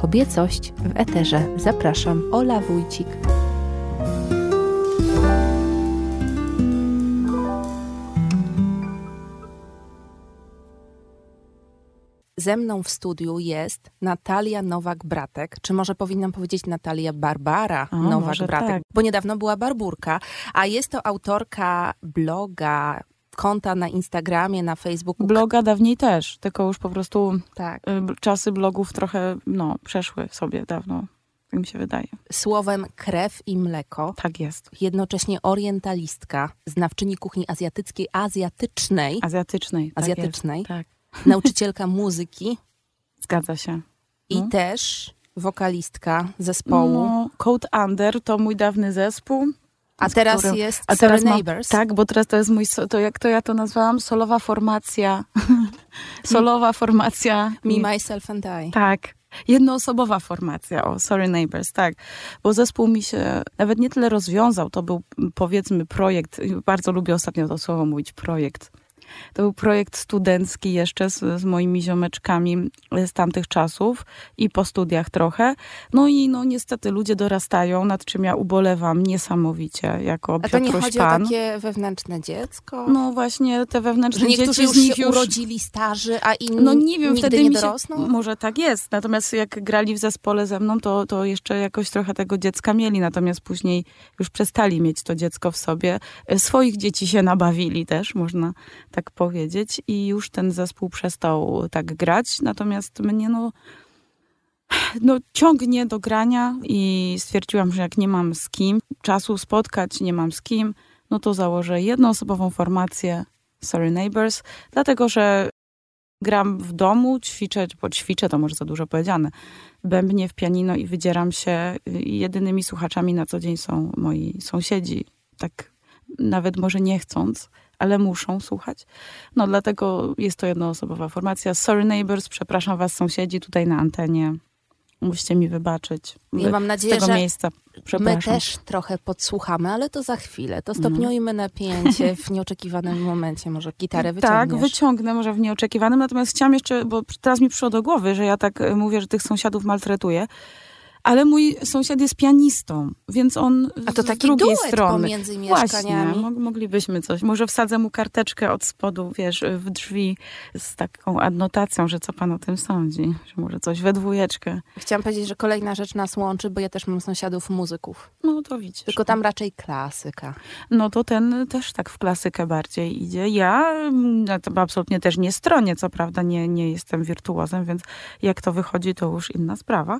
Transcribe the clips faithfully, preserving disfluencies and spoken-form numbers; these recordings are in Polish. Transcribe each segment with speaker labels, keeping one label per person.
Speaker 1: Kobiecość w eterze. Zapraszam, Ola Wójcik. Ze mną w studiu jest Natalia Nowak-Bratek, czy może powinnam powiedzieć Natalia Barbara
Speaker 2: o,
Speaker 1: Nowak-Bratek,
Speaker 2: tak.
Speaker 1: Bo niedawno była Barburka, a jest to autorka bloga, konta na Instagramie, na Facebooku.
Speaker 2: Bloga dawniej też, tylko już po prostu
Speaker 1: tak.
Speaker 2: czasy blogów trochę no, przeszły sobie dawno, tak mi się wydaje.
Speaker 1: Słowem krew i mleko.
Speaker 2: Tak jest.
Speaker 1: Jednocześnie orientalistka, znawczyni kuchni azjatyckiej, azjatycznej.
Speaker 2: Azjatycznej. Tak
Speaker 1: azjatycznej.
Speaker 2: Jest, tak.
Speaker 1: Nauczycielka muzyki.
Speaker 2: Zgadza się. No.
Speaker 1: I też wokalistka zespołu.
Speaker 2: No, Code Under to mój dawny zespół.
Speaker 1: A teraz
Speaker 2: którym,
Speaker 1: jest
Speaker 2: a teraz
Speaker 1: Sorry
Speaker 2: ma,
Speaker 1: Neighbors.
Speaker 2: Tak, bo teraz to jest mój, to jak to ja to nazwałam? Solowa formacja. Solowa formacja.
Speaker 1: Me, Myself and I.
Speaker 2: Tak. Jednoosobowa formacja, o, Sorry Neighbors, tak. Bo zespół mi się nawet nie tyle rozwiązał, to był powiedzmy projekt, bardzo lubię ostatnio to słowo mówić, projekt. To był projekt studencki jeszcze z, z moimi ziomeczkami z tamtych czasów i po studiach trochę. No i no niestety ludzie dorastają, nad czym ja ubolewam niesamowicie jako Piotruś Pan.
Speaker 1: A to nie chodzi Pan. o takie wewnętrzne dziecko?
Speaker 2: No właśnie te wewnętrzne
Speaker 1: że niektórzy
Speaker 2: dzieci
Speaker 1: już
Speaker 2: z nich
Speaker 1: się
Speaker 2: już
Speaker 1: urodzili starzy, a inni
Speaker 2: no nie wiem,
Speaker 1: nigdy
Speaker 2: wtedy
Speaker 1: nie
Speaker 2: mi się,
Speaker 1: dorosną?
Speaker 2: Może tak jest. Natomiast jak grali w zespole ze mną, to, to jeszcze jakoś trochę tego dziecka mieli. Natomiast później już przestali mieć to dziecko w sobie. Swoich dzieci się nabawili też, można tak powiedzieć. I już ten zespół przestał tak grać. Natomiast mnie no, no ciągnie do grania i stwierdziłam, że jak nie mam z kim czasu spotkać, nie mam z kim, no to założę jednoosobową formację Sorry Neighbors, dlatego że gram w domu, ćwiczę, bo ćwiczę, to może za dużo powiedziane, bębnię w pianino i wydzieram się. Jedynymi słuchaczami na co dzień są moi sąsiedzi. Tak nawet może nie chcąc, ale muszą słuchać. No dlatego jest to jednoosobowa formacja. Sorry Neighbors, przepraszam was sąsiedzi tutaj na antenie. Musicie mi wybaczyć.
Speaker 1: Ja mam nadzieję,
Speaker 2: z tego
Speaker 1: że
Speaker 2: miejsca.
Speaker 1: my też trochę podsłuchamy, ale to za chwilę. To stopniujmy mm. napięcie w nieoczekiwanym momencie. Może gitarę wyciągniesz.
Speaker 2: Tak, wyciągnę może w nieoczekiwanym. Natomiast chciałam jeszcze, bo teraz mi przyszło do głowy, że ja tak mówię, że tych sąsiadów maltretuję. Ale mój sąsiad jest pianistą, więc on
Speaker 1: A to
Speaker 2: z
Speaker 1: taki
Speaker 2: drugiej
Speaker 1: duet
Speaker 2: strony.
Speaker 1: pomiędzy mieszkaniami.
Speaker 2: Właśnie, moglibyśmy coś. Może wsadzę mu karteczkę od spodu, wiesz, w drzwi z taką adnotacją, że co pan o tym sądzi? Że może coś we dwójeczkę.
Speaker 1: Chciałam powiedzieć, że kolejna rzecz nas łączy, bo ja też mam sąsiadów muzyków.
Speaker 2: No to widzisz.
Speaker 1: Tylko tam raczej klasyka.
Speaker 2: No to ten też tak w klasykę bardziej idzie. Ja no to absolutnie też nie stronię, co prawda nie, nie jestem wirtuozem, więc jak to wychodzi, to już inna sprawa.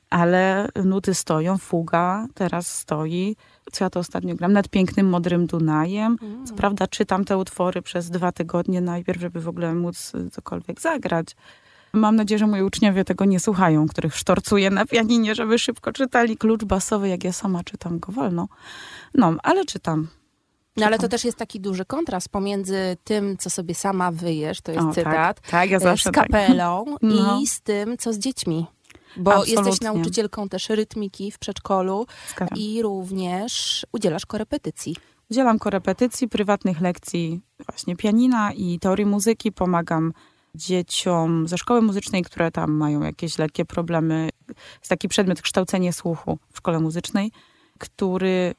Speaker 2: Ale nuty stoją, fuga teraz stoi. Co ja to ostatnio gram? Nad pięknym, modrym Dunajem. Mm. Co prawda czytam te utwory przez dwa tygodnie najpierw, żeby w ogóle móc cokolwiek zagrać. Mam nadzieję, że moi uczniowie tego nie słuchają, których sztorcuję na pianinie, żeby szybko czytali klucz basowy, jak ja sama czytam go wolno. No, ale czytam.
Speaker 1: No ale to też jest taki duży kontrast pomiędzy tym, co sobie sama wyjesz, to jest
Speaker 2: o,
Speaker 1: cytat,
Speaker 2: tak, tak, ja zawsze
Speaker 1: z kapelą
Speaker 2: tak. no.
Speaker 1: i z tym, co z dziećmi. Bo
Speaker 2: Absolutnie.
Speaker 1: jesteś nauczycielką też rytmiki w przedszkolu
Speaker 2: Zgadzam.
Speaker 1: I również udzielasz korepetycji.
Speaker 2: Udzielam korepetycji, prywatnych lekcji właśnie pianina i teorii muzyki. Pomagam dzieciom ze szkoły muzycznej, które tam mają jakieś lekkie problemy. Jest taki przedmiot kształcenie słuchu w szkole muzycznej, który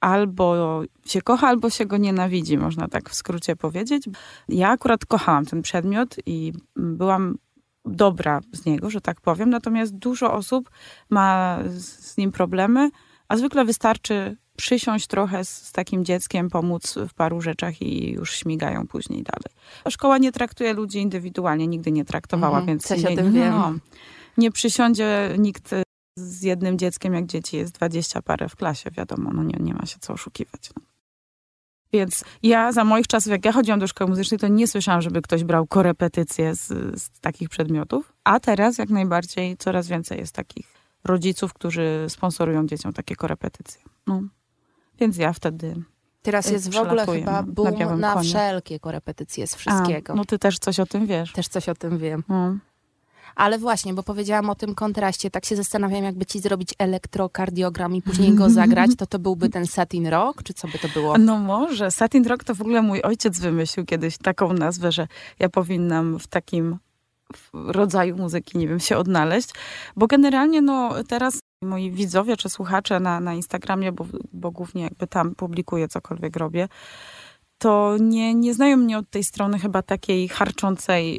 Speaker 2: albo się kocha, albo się go nienawidzi, można tak w skrócie powiedzieć. Ja akurat kochałam ten przedmiot i byłam dobra z niego, że tak powiem. Natomiast dużo osób ma z nim problemy, a zwykle wystarczy przysiąść trochę z, z takim dzieckiem, pomóc w paru rzeczach i już śmigają później dalej. Szkoła nie traktuje ludzi indywidualnie, nigdy nie traktowała,
Speaker 1: mm,
Speaker 2: więc
Speaker 1: coś
Speaker 2: nie,
Speaker 1: o tym wiem.
Speaker 2: No, nie przysiądzie nikt z jednym dzieckiem, jak dzieci jest dwadzieścia parę w klasie, wiadomo, no nie, nie ma się co oszukiwać. No. Więc ja za moich czasów, jak ja chodziłam do szkoły muzycznej, to nie słyszałam, żeby ktoś brał korepetycje z, z takich przedmiotów. A teraz jak najbardziej coraz więcej jest takich rodziców, którzy sponsorują dzieciom takie korepetycje. No. Więc ja wtedy
Speaker 1: Teraz jest w ogóle chyba boom na, na wszelkie korepetycje z wszystkiego.
Speaker 2: A, no ty też coś o tym wiesz.
Speaker 1: Też coś o tym wiem.
Speaker 2: No.
Speaker 1: Ale właśnie, bo powiedziałam o tym kontraście, tak się zastanawiam, jakby ci zrobić elektrokardiogram i później go zagrać, to to byłby ten Satin Rock, czy co by to było?
Speaker 2: No może. Satin Rock to w ogóle mój ojciec wymyślił kiedyś taką nazwę, że ja powinnam w takim rodzaju muzyki, nie wiem, się odnaleźć. Bo generalnie no teraz moi widzowie czy słuchacze na, na Instagramie, bo, bo głównie jakby tam publikuję cokolwiek robię, to nie, nie znają mnie od tej strony chyba takiej harczącej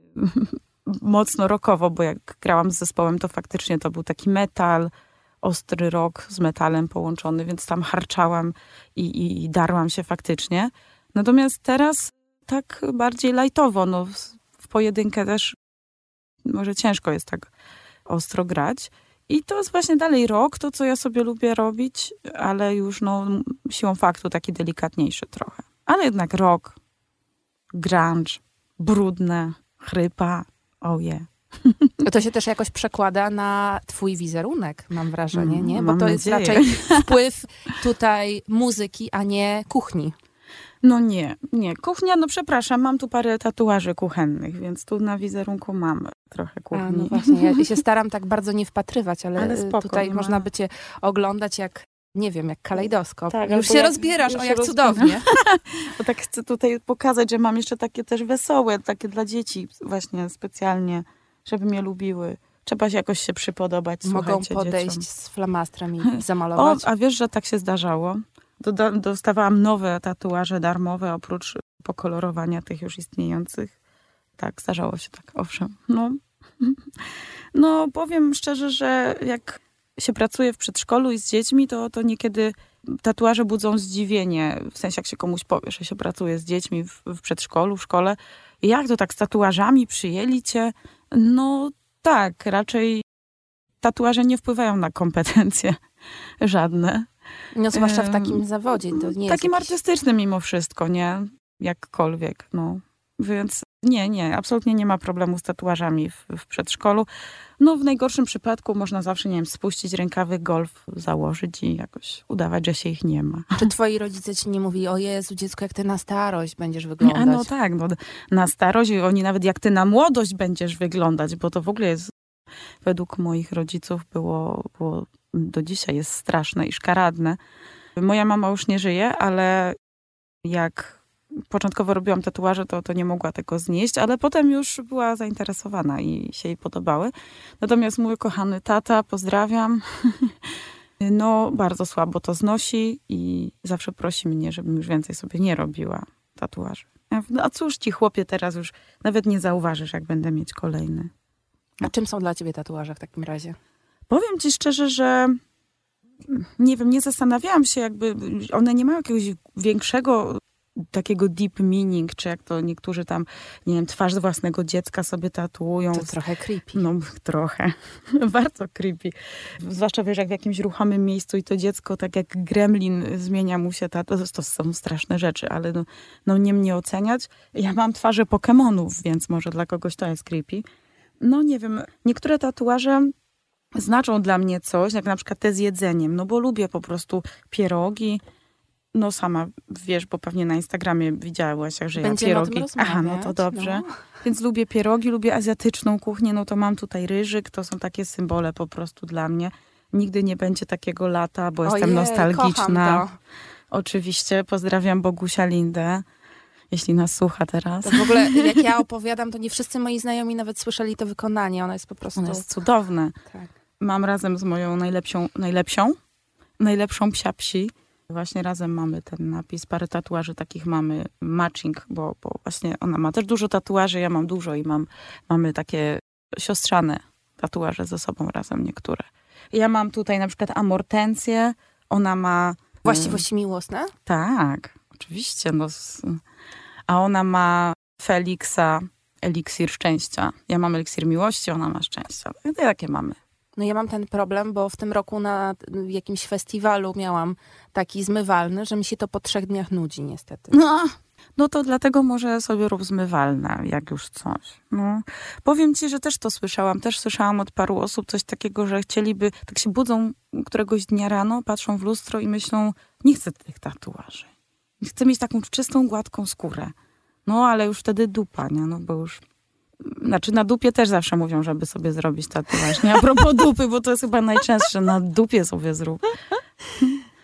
Speaker 2: mocno rockowo, bo jak grałam z zespołem, to faktycznie to był taki metal, ostry rock z metalem połączony, więc tam harczałam i, i, i darłam się faktycznie. Natomiast teraz tak bardziej lajtowo, no w, w pojedynkę też może ciężko jest tak ostro grać. I to jest właśnie dalej rock, to co ja sobie lubię robić, ale już no siłą faktu taki delikatniejszy trochę. Ale jednak rock, grunge, brudne, chrypa, oje.
Speaker 1: To się też jakoś przekłada na twój wizerunek, mam wrażenie, nie? Bo
Speaker 2: Mam
Speaker 1: to
Speaker 2: nadzieję.
Speaker 1: jest raczej wpływ tutaj muzyki, a nie kuchni.
Speaker 2: No nie, nie. Kuchnia, no przepraszam, mam tu parę tatuaży kuchennych, więc tu na wizerunku mam trochę kuchni.
Speaker 1: A, no właśnie, ja się staram tak bardzo nie wpatrywać, ale,
Speaker 2: Ale spoko,
Speaker 1: tutaj
Speaker 2: nie
Speaker 1: można
Speaker 2: ma.
Speaker 1: by cię oglądać jak, nie wiem, jak kalejdoskop.
Speaker 2: Tak,
Speaker 1: już
Speaker 2: albo
Speaker 1: się
Speaker 2: jak-
Speaker 1: rozbierasz,
Speaker 2: już
Speaker 1: o
Speaker 2: się
Speaker 1: jak
Speaker 2: roz-
Speaker 1: cudownie.
Speaker 2: Bo tak chcę tutaj pokazać, że mam jeszcze takie też wesołe, takie dla dzieci właśnie specjalnie, żeby mnie lubiły. Trzeba się jakoś się przypodobać,
Speaker 1: Mogą
Speaker 2: słuchajcie,
Speaker 1: podejść
Speaker 2: dzieciom.
Speaker 1: z flamastrem i
Speaker 2: O,
Speaker 1: zamalować.
Speaker 2: a wiesz, że tak się zdarzało? Doda- dostawałam nowe tatuaże darmowe, oprócz pokolorowania tych już istniejących. Tak, zdarzało się tak, owszem. No, no powiem szczerze, że jak się pracuje w przedszkolu i z dziećmi, to, to niekiedy tatuaże budzą zdziwienie. W sensie, jak się komuś powie, że się pracuje z dziećmi w, w przedszkolu, w szkole. Jak to tak z tatuażami przyjęli cię? No tak, raczej tatuaże nie wpływają na kompetencje żadne.
Speaker 1: No zwłaszcza w
Speaker 2: em,
Speaker 1: takim zawodzie. To nie jest
Speaker 2: Takim
Speaker 1: jakiś...
Speaker 2: artystycznym mimo wszystko, nie? Jakkolwiek, no. Więc nie, nie, absolutnie nie ma problemu z tatuażami w, w przedszkolu. No w najgorszym przypadku można zawsze, nie wiem, spuścić rękawy, golf założyć i jakoś udawać, że się ich nie ma.
Speaker 1: Czy twoi rodzice ci nie mówili, o Jezu, dziecko, jak ty na starość będziesz
Speaker 2: A
Speaker 1: wyglądać?
Speaker 2: no tak, no, na starość, oni nawet jak ty na młodość będziesz wyglądać, bo to w ogóle jest, według moich rodziców było, było do dzisiaj jest straszne i szkaradne. Moja mama już nie żyje, ale jak początkowo robiłam tatuaże, to, to nie mogła tego znieść, ale potem już była zainteresowana i się jej podobały. Natomiast mój kochany tata, pozdrawiam, no bardzo słabo to znosi i zawsze prosi mnie, żebym już więcej sobie nie robiła tatuaży. No, a cóż ci chłopie, teraz już nawet nie zauważysz, jak będę mieć kolejny.
Speaker 1: A czym są dla ciebie tatuaże w takim razie?
Speaker 2: Powiem ci szczerze, że nie wiem, nie zastanawiałam się, jakby one nie mają jakiegoś większego takiego deep meaning, czy jak to niektórzy tam, nie wiem, twarz własnego dziecka sobie tatuują.
Speaker 1: To trochę creepy.
Speaker 2: No trochę. Bardzo creepy. Zwłaszcza wiesz, jak w jakimś ruchomym miejscu i to dziecko tak jak gremlin zmienia mu się tatu. To, to są straszne rzeczy, ale no, no nie mnie oceniać. Ja mam twarze Pokemonów, więc może dla kogoś to jest creepy. No nie wiem, niektóre tatuaże znaczą dla mnie coś, jak na przykład te z jedzeniem, no bo lubię po prostu pierogi. No sama wiesz, bo pewnie na Instagramie widziałaś, że
Speaker 1: Będziemy
Speaker 2: ja
Speaker 1: o tym
Speaker 2: pierogi... Aha, no to
Speaker 1: rozmawiać,
Speaker 2: dobrze.
Speaker 1: no.
Speaker 2: Więc lubię pierogi, lubię azjatyczną kuchnię, no to mam tutaj ryżyk, to są takie symbole po prostu dla mnie. Nigdy nie będzie takiego lata, bo jestem
Speaker 1: Ojej,
Speaker 2: nostalgiczna.
Speaker 1: kocham to.
Speaker 2: Oczywiście, pozdrawiam Bogusia Lindę, jeśli nas słucha teraz.
Speaker 1: To w ogóle, jak ja opowiadam, to nie wszyscy moi znajomi nawet słyszeli to wykonanie. Ono jest po prostu...
Speaker 2: Ono jest cudowne.
Speaker 1: Tak.
Speaker 2: Mam razem z moją najlepszą, najlepszą, najlepszą psia psi. Właśnie razem mamy ten napis, parę tatuaży takich mamy, matching, bo, bo właśnie ona ma też dużo tatuaży, ja mam dużo i mam, mamy takie siostrzane tatuaże ze sobą razem niektóre. Ja mam tutaj na przykład amortencję, ona ma...
Speaker 1: Właściwości miłosne?
Speaker 2: Tak, oczywiście. No, z- a ona ma Feliksa, eliksir szczęścia. Ja mam eliksir miłości, ona ma szczęścia. I takie mamy.
Speaker 1: No ja mam ten problem, bo w tym roku na jakimś festiwalu miałam taki zmywalny, że mi się to po trzech dniach nudzi niestety.
Speaker 2: No, no to dlatego może sobie rób zmywalne, jak już coś. No. Powiem ci, że też to słyszałam. Też słyszałam od paru osób coś takiego, że chcieliby, tak się budzą któregoś dnia rano, patrzą w lustro i myślą, nie chcę tych tatuaży. Chcę mieć taką czystą, gładką skórę. No, ale już wtedy dupa, nie? No bo już... Znaczy na dupie też zawsze mówią, żeby sobie zrobić tatuaż. Nie a propos dupy, bo to jest chyba najczęstsze. Na dupie sobie zrób. No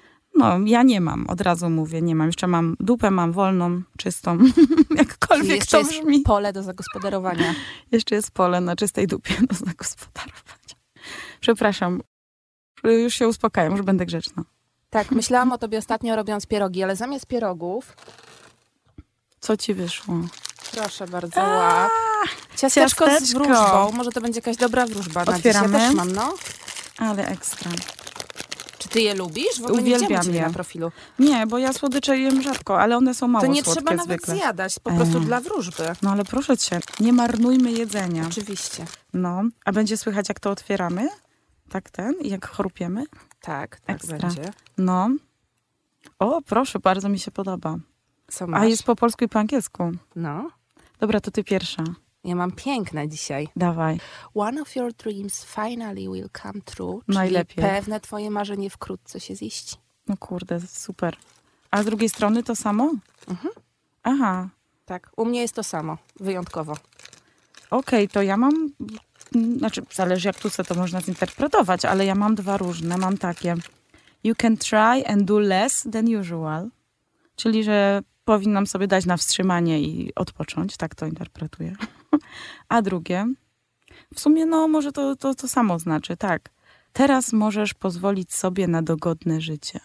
Speaker 2: No, ja nie mam, od razu mówię, nie mam. Jeszcze mam dupę, mam wolną, czystą, jakkolwiek
Speaker 1: jeszcze
Speaker 2: to
Speaker 1: jest
Speaker 2: brzmi.
Speaker 1: pole do zagospodarowania.
Speaker 2: Jeszcze jest pole na czystej dupie do zagospodarowania. Przepraszam, już się uspokajam, już będę grzeczna.
Speaker 1: Tak, myślałam o tobie ostatnio robiąc pierogi, ale zamiast pierogów...
Speaker 2: Co ci wyszło?
Speaker 1: Proszę bardzo, łap. Ciasteczko,
Speaker 2: ciasteczko
Speaker 1: z wróżbą. Może to będzie jakaś dobra wróżba.
Speaker 2: Otwieramy.
Speaker 1: Na dziś. Ja też mam, no.
Speaker 2: Ale ekstra.
Speaker 1: Czy ty je lubisz? W ogóle
Speaker 2: Uwielbiam
Speaker 1: nie widziałam
Speaker 2: je
Speaker 1: na profilu.
Speaker 2: Nie, bo ja słodycze jem rzadko, ale one są mało
Speaker 1: To nie
Speaker 2: słodkie
Speaker 1: trzeba nawet
Speaker 2: zwykle.
Speaker 1: zjadać, po prostu
Speaker 2: Eee.
Speaker 1: dla wróżby.
Speaker 2: No ale proszę cię, nie marnujmy jedzenia.
Speaker 1: Oczywiście.
Speaker 2: No, a będzie słychać, jak to otwieramy? Tak ten? I jak chrupiemy?
Speaker 1: Tak, tak
Speaker 2: Ekstra.
Speaker 1: będzie.
Speaker 2: No. O, proszę, bardzo mi się podoba.
Speaker 1: Co masz?
Speaker 2: A jest po polsku i po angielsku.
Speaker 1: No.
Speaker 2: Dobra, to ty pierwsza.
Speaker 1: Ja mam piękne dzisiaj.
Speaker 2: Dawaj.
Speaker 1: One of your dreams finally will come true. Czyli
Speaker 2: Najlepiej.
Speaker 1: pewne twoje marzenie wkrótce się ziści.
Speaker 2: No kurde, super. A z drugiej strony to samo?
Speaker 1: Mhm.
Speaker 2: Aha.
Speaker 1: Tak, u mnie jest to samo. Wyjątkowo.
Speaker 2: Okej, to ja mam... Znaczy, zależy jak tu sobie to można zinterpretować, ale ja mam dwa różne. Mam takie. You can try and do less than usual. Czyli, że powinnam sobie dać na wstrzymanie i odpocząć. Tak to interpretuję. A drugie, w sumie no może to, to, to samo znaczy, tak. Teraz możesz pozwolić sobie na dogodne życie.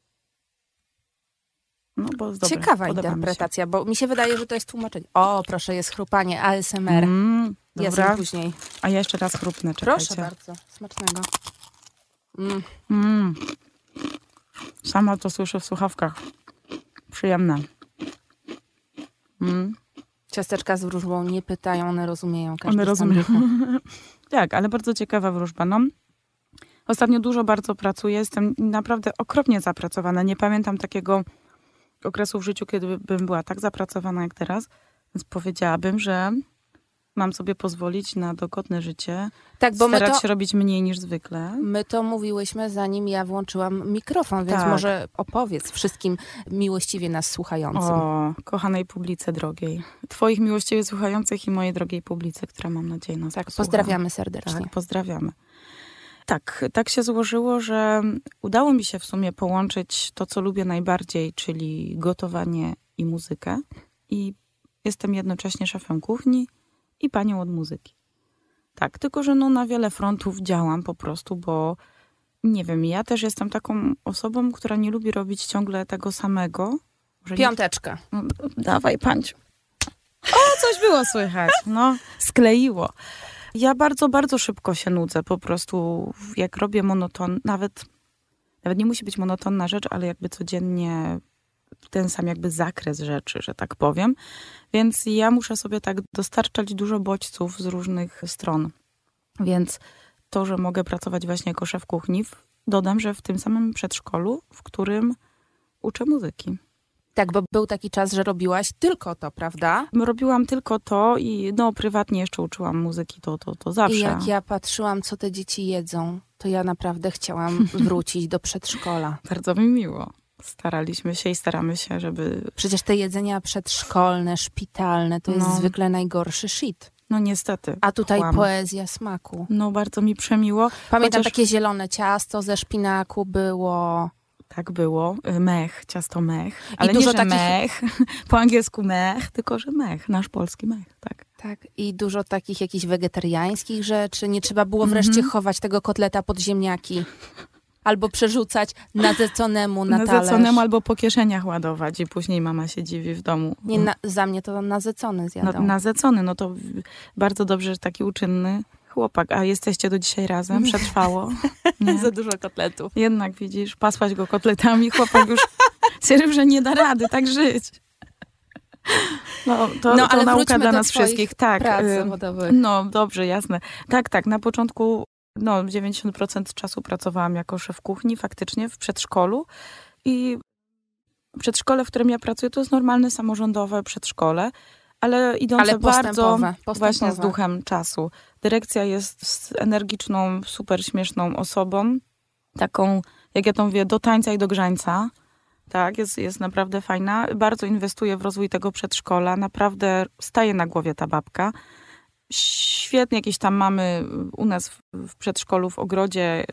Speaker 2: No, bo jest dobre,
Speaker 1: Ciekawa
Speaker 2: podoba mi się.
Speaker 1: interpretacja, bo mi się wydaje, że to jest tłumaczenie. O, proszę, jest chrupanie, A S M R.
Speaker 2: Mm,
Speaker 1: Jest
Speaker 2: dobra,
Speaker 1: później.
Speaker 2: a ja jeszcze raz chrupnę, czekajcie.
Speaker 1: Proszę bardzo, smacznego. Mm.
Speaker 2: Mm. Sama to słyszę w słuchawkach. Przyjemne. Mm.
Speaker 1: Ciasteczka z wróżbą nie pytają, one rozumieją. Każdy
Speaker 2: One
Speaker 1: stan
Speaker 2: rozumieją.
Speaker 1: ducha.
Speaker 2: Tak, ale bardzo ciekawa wróżba. No, ostatnio dużo bardzo pracuję. Jestem naprawdę okropnie zapracowana. Nie pamiętam takiego okresu w życiu, kiedy bym była tak zapracowana jak teraz. Więc powiedziałabym, że mam sobie pozwolić na dogodne życie.
Speaker 1: Tak, bo my
Speaker 2: starać
Speaker 1: to,
Speaker 2: się robić mniej niż zwykle.
Speaker 1: my to mówiłyśmy, zanim ja włączyłam mikrofon, więc
Speaker 2: Tak.
Speaker 1: może opowiedz wszystkim miłościwie nas słuchającym.
Speaker 2: O, kochanej publice drogiej. Twoich miłościwie słuchających i mojej drogiej publice, która mam nadzieję nas
Speaker 1: Tak,
Speaker 2: posłucha.
Speaker 1: pozdrawiamy serdecznie.
Speaker 2: Tak, pozdrawiamy. Tak, tak się złożyło, że udało mi się w sumie połączyć to, co lubię najbardziej, czyli gotowanie i muzykę. I jestem jednocześnie szefem kuchni i panią od muzyki. Tak, tylko że no na wiele frontów działam po prostu, bo nie wiem, ja też jestem taką osobą, która nie lubi robić ciągle tego samego. Że
Speaker 1: Piąteczka.
Speaker 2: nie... no, dawaj, panciu. O, coś było słychać. No, skleiło. Ja bardzo, bardzo szybko się nudzę po prostu, jak robię monoton, nawet, nawet nie musi być monotonna rzecz, ale jakby codziennie ten sam jakby zakres rzeczy, że tak powiem. Więc ja muszę sobie tak dostarczać dużo bodźców z różnych stron. Więc to, że mogę pracować właśnie jako szef kuchni, dodam, że w tym samym przedszkolu, w którym uczę muzyki.
Speaker 1: Tak, bo był taki czas, że robiłaś tylko to, prawda?
Speaker 2: Robiłam tylko to i no prywatnie jeszcze uczyłam muzyki, to, to, to zawsze.
Speaker 1: I jak ja patrzyłam, co te dzieci jedzą, to ja naprawdę chciałam wrócić do przedszkola.
Speaker 2: Bardzo mi miło. Staraliśmy się i staramy się, żeby...
Speaker 1: Przecież te jedzenia przedszkolne, szpitalne, to jest
Speaker 2: No.
Speaker 1: zwykle najgorszy shit.
Speaker 2: No niestety.
Speaker 1: A tutaj
Speaker 2: kłam.
Speaker 1: poezja smaku.
Speaker 2: No bardzo mi przemiło.
Speaker 1: Pamiętam,
Speaker 2: Chociaż-
Speaker 1: takie zielone ciasto ze szpinaku było.
Speaker 2: Tak było. Mech, ciasto mech. Ale
Speaker 1: dużo
Speaker 2: nie, że
Speaker 1: takich-
Speaker 2: mech. Po angielsku mech, tylko że mech. Nasz polski mech, tak.
Speaker 1: Tak, i dużo takich jakichś wegetariańskich rzeczy. Nie trzeba było wreszcie
Speaker 2: Mhm.
Speaker 1: chować tego kotleta pod ziemniaki. Albo przerzucać nazeconemu na talerz.
Speaker 2: Nazeconemu albo po kieszeniach ładować i później mama się dziwi w domu.
Speaker 1: Nie, na, za mnie to nazecony
Speaker 2: No,
Speaker 1: zjadał.
Speaker 2: nazecony, no to w- bardzo dobrze, że taki uczynny chłopak. A jesteście do dzisiaj razem? Przetrwało? Nie?
Speaker 1: Za dużo kotletów.
Speaker 2: Jednak widzisz, pasłaś go kotletami, chłopak już stwierdził, że nie da rady tak żyć. No, to,
Speaker 1: No,
Speaker 2: to
Speaker 1: ale
Speaker 2: nauka
Speaker 1: wróćmy
Speaker 2: dla
Speaker 1: do
Speaker 2: nas
Speaker 1: twoich
Speaker 2: wszystkich. Tak,
Speaker 1: prac
Speaker 2: y,
Speaker 1: zawodowych.
Speaker 2: no dobrze, jasne. Tak, tak, na początku no, dziewięćdziesiąt procent czasu pracowałam jako szef kuchni faktycznie w przedszkolu i przedszkole, w którym ja pracuję, to jest normalne samorządowe przedszkole, ale idące
Speaker 1: Ale
Speaker 2: bardzo
Speaker 1: postępowe, postępowe.
Speaker 2: właśnie z duchem czasu. Dyrekcja jest z energiczną, super śmieszną osobą, taką, jak ja to mówię, do tańca i do grzańca. Tak, jest, jest naprawdę fajna. Bardzo inwestuje w rozwój tego przedszkola. Naprawdę staje na głowie ta babka. Świetnie jakieś tam mamy u nas w, w przedszkolu, w ogrodzie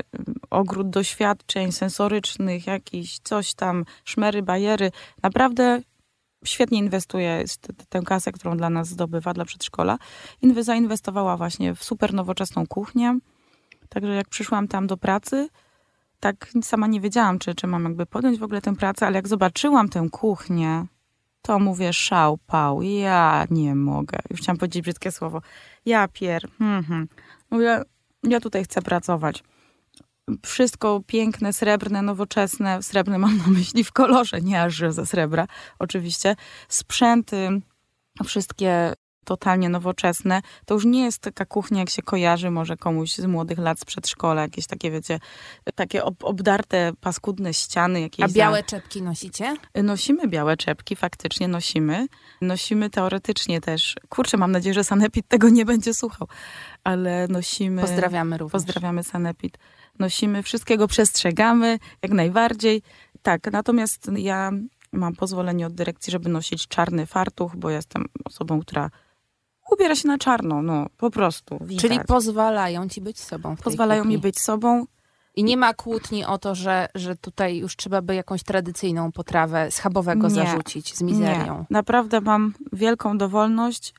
Speaker 2: ogród doświadczeń sensorycznych, jakiś coś tam, szmery, bajery. Naprawdę świetnie inwestuje tę kasę, którą dla nas zdobywa, dla przedszkola. Inwy zainwestowała właśnie w super nowoczesną kuchnię. Także jak przyszłam tam do pracy, tak sama nie wiedziałam, czy, czy mam jakby podjąć w ogóle tę pracę, ale jak zobaczyłam tę kuchnię, to mówię szał, pał, ja nie mogę. Już chciałam powiedzieć brzydkie słowo. Ja pier, hmm, hmm. Mówię, ja tutaj chcę pracować. Wszystko piękne, srebrne, nowoczesne. Srebrne mam na myśli w kolorze, nie aż że ze srebra, oczywiście. Sprzęty, wszystkie totalnie nowoczesne. To już nie jest taka kuchnia, jak się kojarzy może komuś z młodych lat z przedszkola. Jakieś takie, wiecie, takie ob- obdarte, paskudne ściany. Jakieś
Speaker 1: A białe
Speaker 2: za...
Speaker 1: czepki nosicie?
Speaker 2: Nosimy białe czepki, faktycznie nosimy. Nosimy teoretycznie też. Kurczę, mam nadzieję, że Sanepid tego nie będzie słuchał. Ale nosimy...
Speaker 1: Pozdrawiamy również.
Speaker 2: Pozdrawiamy Sanepid. Nosimy, wszystkiego przestrzegamy, jak najbardziej. Tak, natomiast ja mam pozwolenie od dyrekcji, żeby nosić czarny fartuch, bo jestem osobą, która ubiera się na czarno, no po prostu. Widać.
Speaker 1: Czyli pozwalają ci być sobą w tej
Speaker 2: Pozwalają
Speaker 1: kuchni.
Speaker 2: mi być sobą.
Speaker 1: I nie ma kłótni o to, że, że tutaj już trzeba by jakąś tradycyjną potrawę schabowego
Speaker 2: Nie,
Speaker 1: zarzucić z mizerią.
Speaker 2: Nie. Naprawdę mam wielką dowolność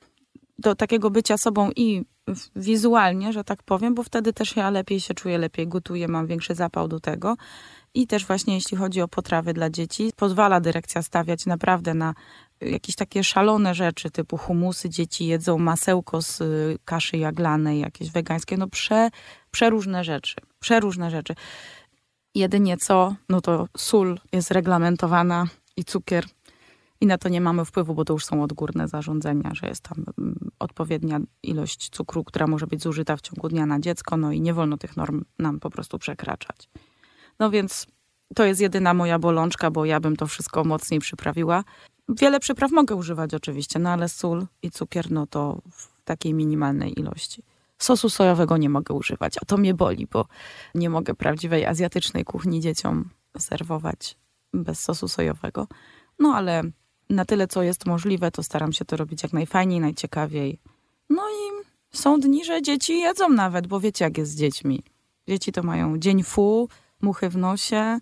Speaker 2: do takiego bycia sobą i wizualnie, że tak powiem, bo wtedy też ja lepiej się czuję, lepiej gotuję, mam większy zapał do tego. I też właśnie jeśli chodzi o potrawy dla dzieci, pozwala dyrekcja stawiać naprawdę na jakieś takie szalone rzeczy, typu humusy dzieci jedzą, masełko z kaszy jaglanej, jakieś wegańskie, no prze, przeróżne rzeczy, przeróżne rzeczy. Jedynie co, no to sól jest reglamentowana i cukier. I na to nie mamy wpływu, bo to już są odgórne zarządzenia, że jest tam odpowiednia ilość cukru, która może być zużyta w ciągu dnia na dziecko, no i nie wolno tych norm nam po prostu przekraczać. No więc to jest jedyna moja bolączka, bo ja bym to wszystko mocniej przyprawiła. Wiele przypraw mogę używać oczywiście, no ale sól i cukier, no to w takiej minimalnej ilości. Sosu sojowego nie mogę używać, a to mnie boli, bo nie mogę prawdziwej azjatycznej kuchni dzieciom serwować bez sosu sojowego. No ale na tyle, co jest możliwe, to staram się to robić jak najfajniej, najciekawiej. No i są dni, że dzieci jedzą nawet, bo wiecie, jak jest z dziećmi. Dzieci to mają dzień fu, muchy w nosie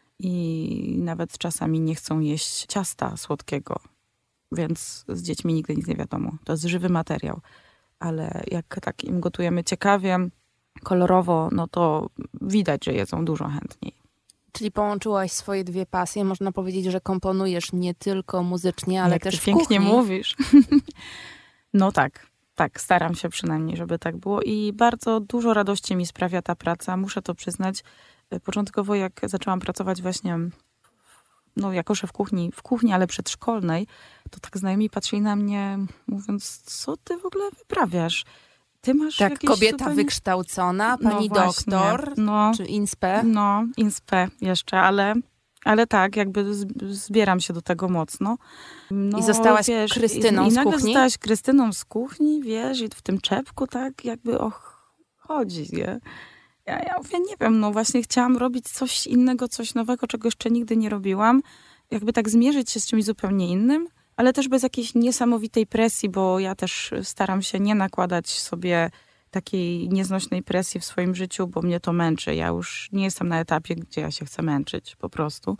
Speaker 2: i nawet czasami nie chcą jeść ciasta słodkiego. Więc z dziećmi nigdy nic nie wiadomo. To jest żywy materiał. Ale jak tak im gotujemy ciekawie, kolorowo, no to widać, że jedzą dużo chętniej.
Speaker 1: Czyli połączyłaś swoje dwie pasje. Można powiedzieć, że komponujesz nie tylko muzycznie, ale
Speaker 2: jak
Speaker 1: też
Speaker 2: ty
Speaker 1: w
Speaker 2: pięknie
Speaker 1: kuchni.
Speaker 2: mówisz. No tak, tak, staram się przynajmniej, żeby tak było. I bardzo dużo radości mi sprawia ta praca, muszę to przyznać. Początkowo jak zaczęłam pracować właśnie no, jako szef kuchni, w kuchni, ale przedszkolnej, to tak znajomi patrzyli na mnie, mówiąc, co ty w ogóle wyprawiasz? Ty masz
Speaker 1: Tak,
Speaker 2: jakieś
Speaker 1: kobieta
Speaker 2: zupełnie...
Speaker 1: wykształcona, pani
Speaker 2: no właśnie,
Speaker 1: doktor,
Speaker 2: no,
Speaker 1: czy inspe.
Speaker 2: No, inspe jeszcze, ale, ale tak, jakby zbieram się do tego mocno. No,
Speaker 1: I zostałaś
Speaker 2: wiesz,
Speaker 1: Krystyną
Speaker 2: i, i
Speaker 1: z
Speaker 2: nagle
Speaker 1: kuchni?
Speaker 2: zostałaś Krystyną z kuchni, wiesz, i w tym czepku tak jakby och, chodzi, nie? Ja, ja mówię, nie wiem, no właśnie chciałam robić coś innego, coś nowego, czego jeszcze nigdy nie robiłam. Jakby tak zmierzyć się z czymś zupełnie innym, ale też bez jakiejś niesamowitej presji, bo ja też staram się nie nakładać sobie takiej nieznośnej presji w swoim życiu, bo mnie to męczy. Ja już nie jestem na etapie, gdzie ja się chcę męczyć po prostu.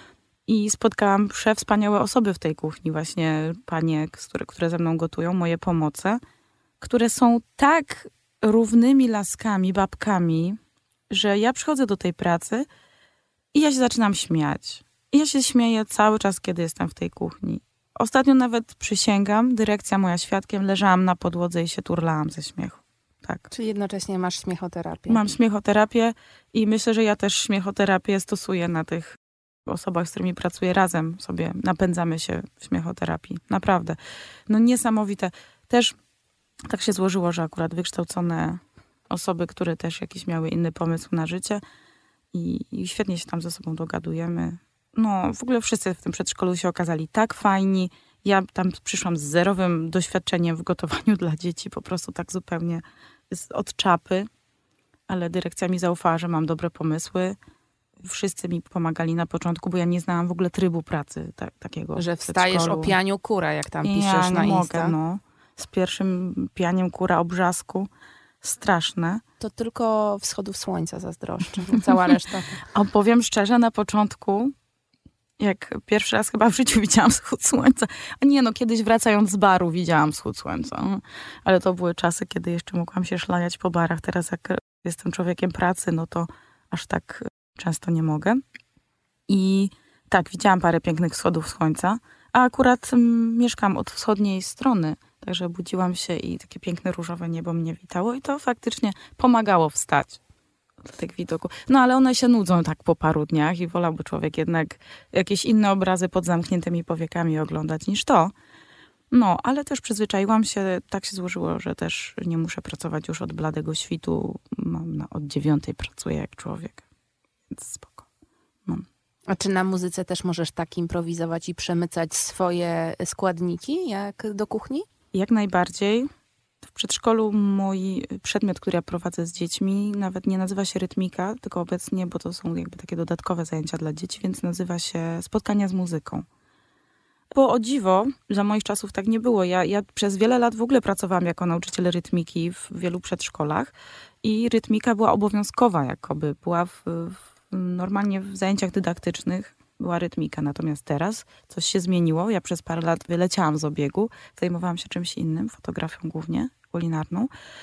Speaker 2: I spotkałam przewspaniałe osoby w tej kuchni, właśnie panie, które, które ze mną gotują, moje pomoce, które są tak równymi laskami, babkami, że ja przychodzę do tej pracy i ja się zaczynam śmiać. I ja się śmieję cały czas, kiedy jestem w tej kuchni. Ostatnio nawet, przysięgam, dyrekcja moja świadkiem, leżałam na podłodze i się turlałam ze śmiechu. Tak.
Speaker 1: Czyli jednocześnie masz śmiechoterapię.
Speaker 2: Mam śmiechoterapię i myślę, że ja też śmiechoterapię stosuję na tych osobach, z którymi pracuję razem. Sobie napędzamy się w śmiechoterapii. Naprawdę. No niesamowite. Też tak się złożyło, że akurat wykształcone osoby, które też jakiś miały inny pomysł na życie i, i świetnie się tam ze sobą dogadujemy. No w ogóle wszyscy w tym przedszkolu się okazali tak fajni. Ja tam przyszłam z zerowym doświadczeniem w gotowaniu dla dzieci, po prostu tak zupełnie od czapy, ale dyrekcja mi zaufała, że mam dobre pomysły. Wszyscy mi pomagali na początku, bo ja nie znałam w ogóle trybu pracy ta, takiego.
Speaker 1: Że wstajesz o pianiu kura, jak tam piszesz
Speaker 2: ja
Speaker 1: na
Speaker 2: nie
Speaker 1: Insta.
Speaker 2: mogę, no. Z pierwszym pianiem kura o brzasku. straszne.
Speaker 1: To tylko wschodów słońca zazdroszczę. Cała reszta.
Speaker 2: A powiem szczerze, na początku, jak pierwszy raz chyba w życiu widziałam wschód słońca. A nie, no kiedyś wracając z baru widziałam wschód słońca. Ale to były czasy, kiedy jeszcze mogłam się szlajać po barach. Teraz jak jestem człowiekiem pracy, no to aż tak często nie mogę. I tak, widziałam parę pięknych wschodów słońca. A akurat m, mieszkam od wschodniej strony. Także budziłam się i takie piękne różowe niebo mnie witało. I to faktycznie pomagało wstać do tych widoków. No ale one się nudzą tak po paru dniach i wolałby człowiek jednak jakieś inne obrazy pod zamkniętymi powiekami oglądać niż to. No, ale też przyzwyczaiłam się, tak się złożyło, że też nie muszę pracować już od bladego świtu. Mam na, od dziewiątej pracuję jak człowiek. Więc spoko. No.
Speaker 1: A czy na muzyce też możesz tak improwizować i przemycać swoje składniki jak do kuchni?
Speaker 2: Jak najbardziej. W przedszkolu mój przedmiot, który ja prowadzę z dziećmi, nawet nie nazywa się rytmika, tylko obecnie, bo to są jakby takie dodatkowe zajęcia dla dzieci, więc nazywa się spotkania z muzyką. Bo o dziwo, za moich czasów tak nie było. Ja, ja przez wiele lat w ogóle pracowałam jako nauczyciel rytmiki w wielu przedszkolach i rytmika była obowiązkowa jakoby. Była w, w, normalnie w zajęciach dydaktycznych była rytmika. Natomiast teraz coś się zmieniło. Ja przez parę lat wyleciałam z obiegu, zajmowałam się czymś innym, fotografią głównie, kulinarną.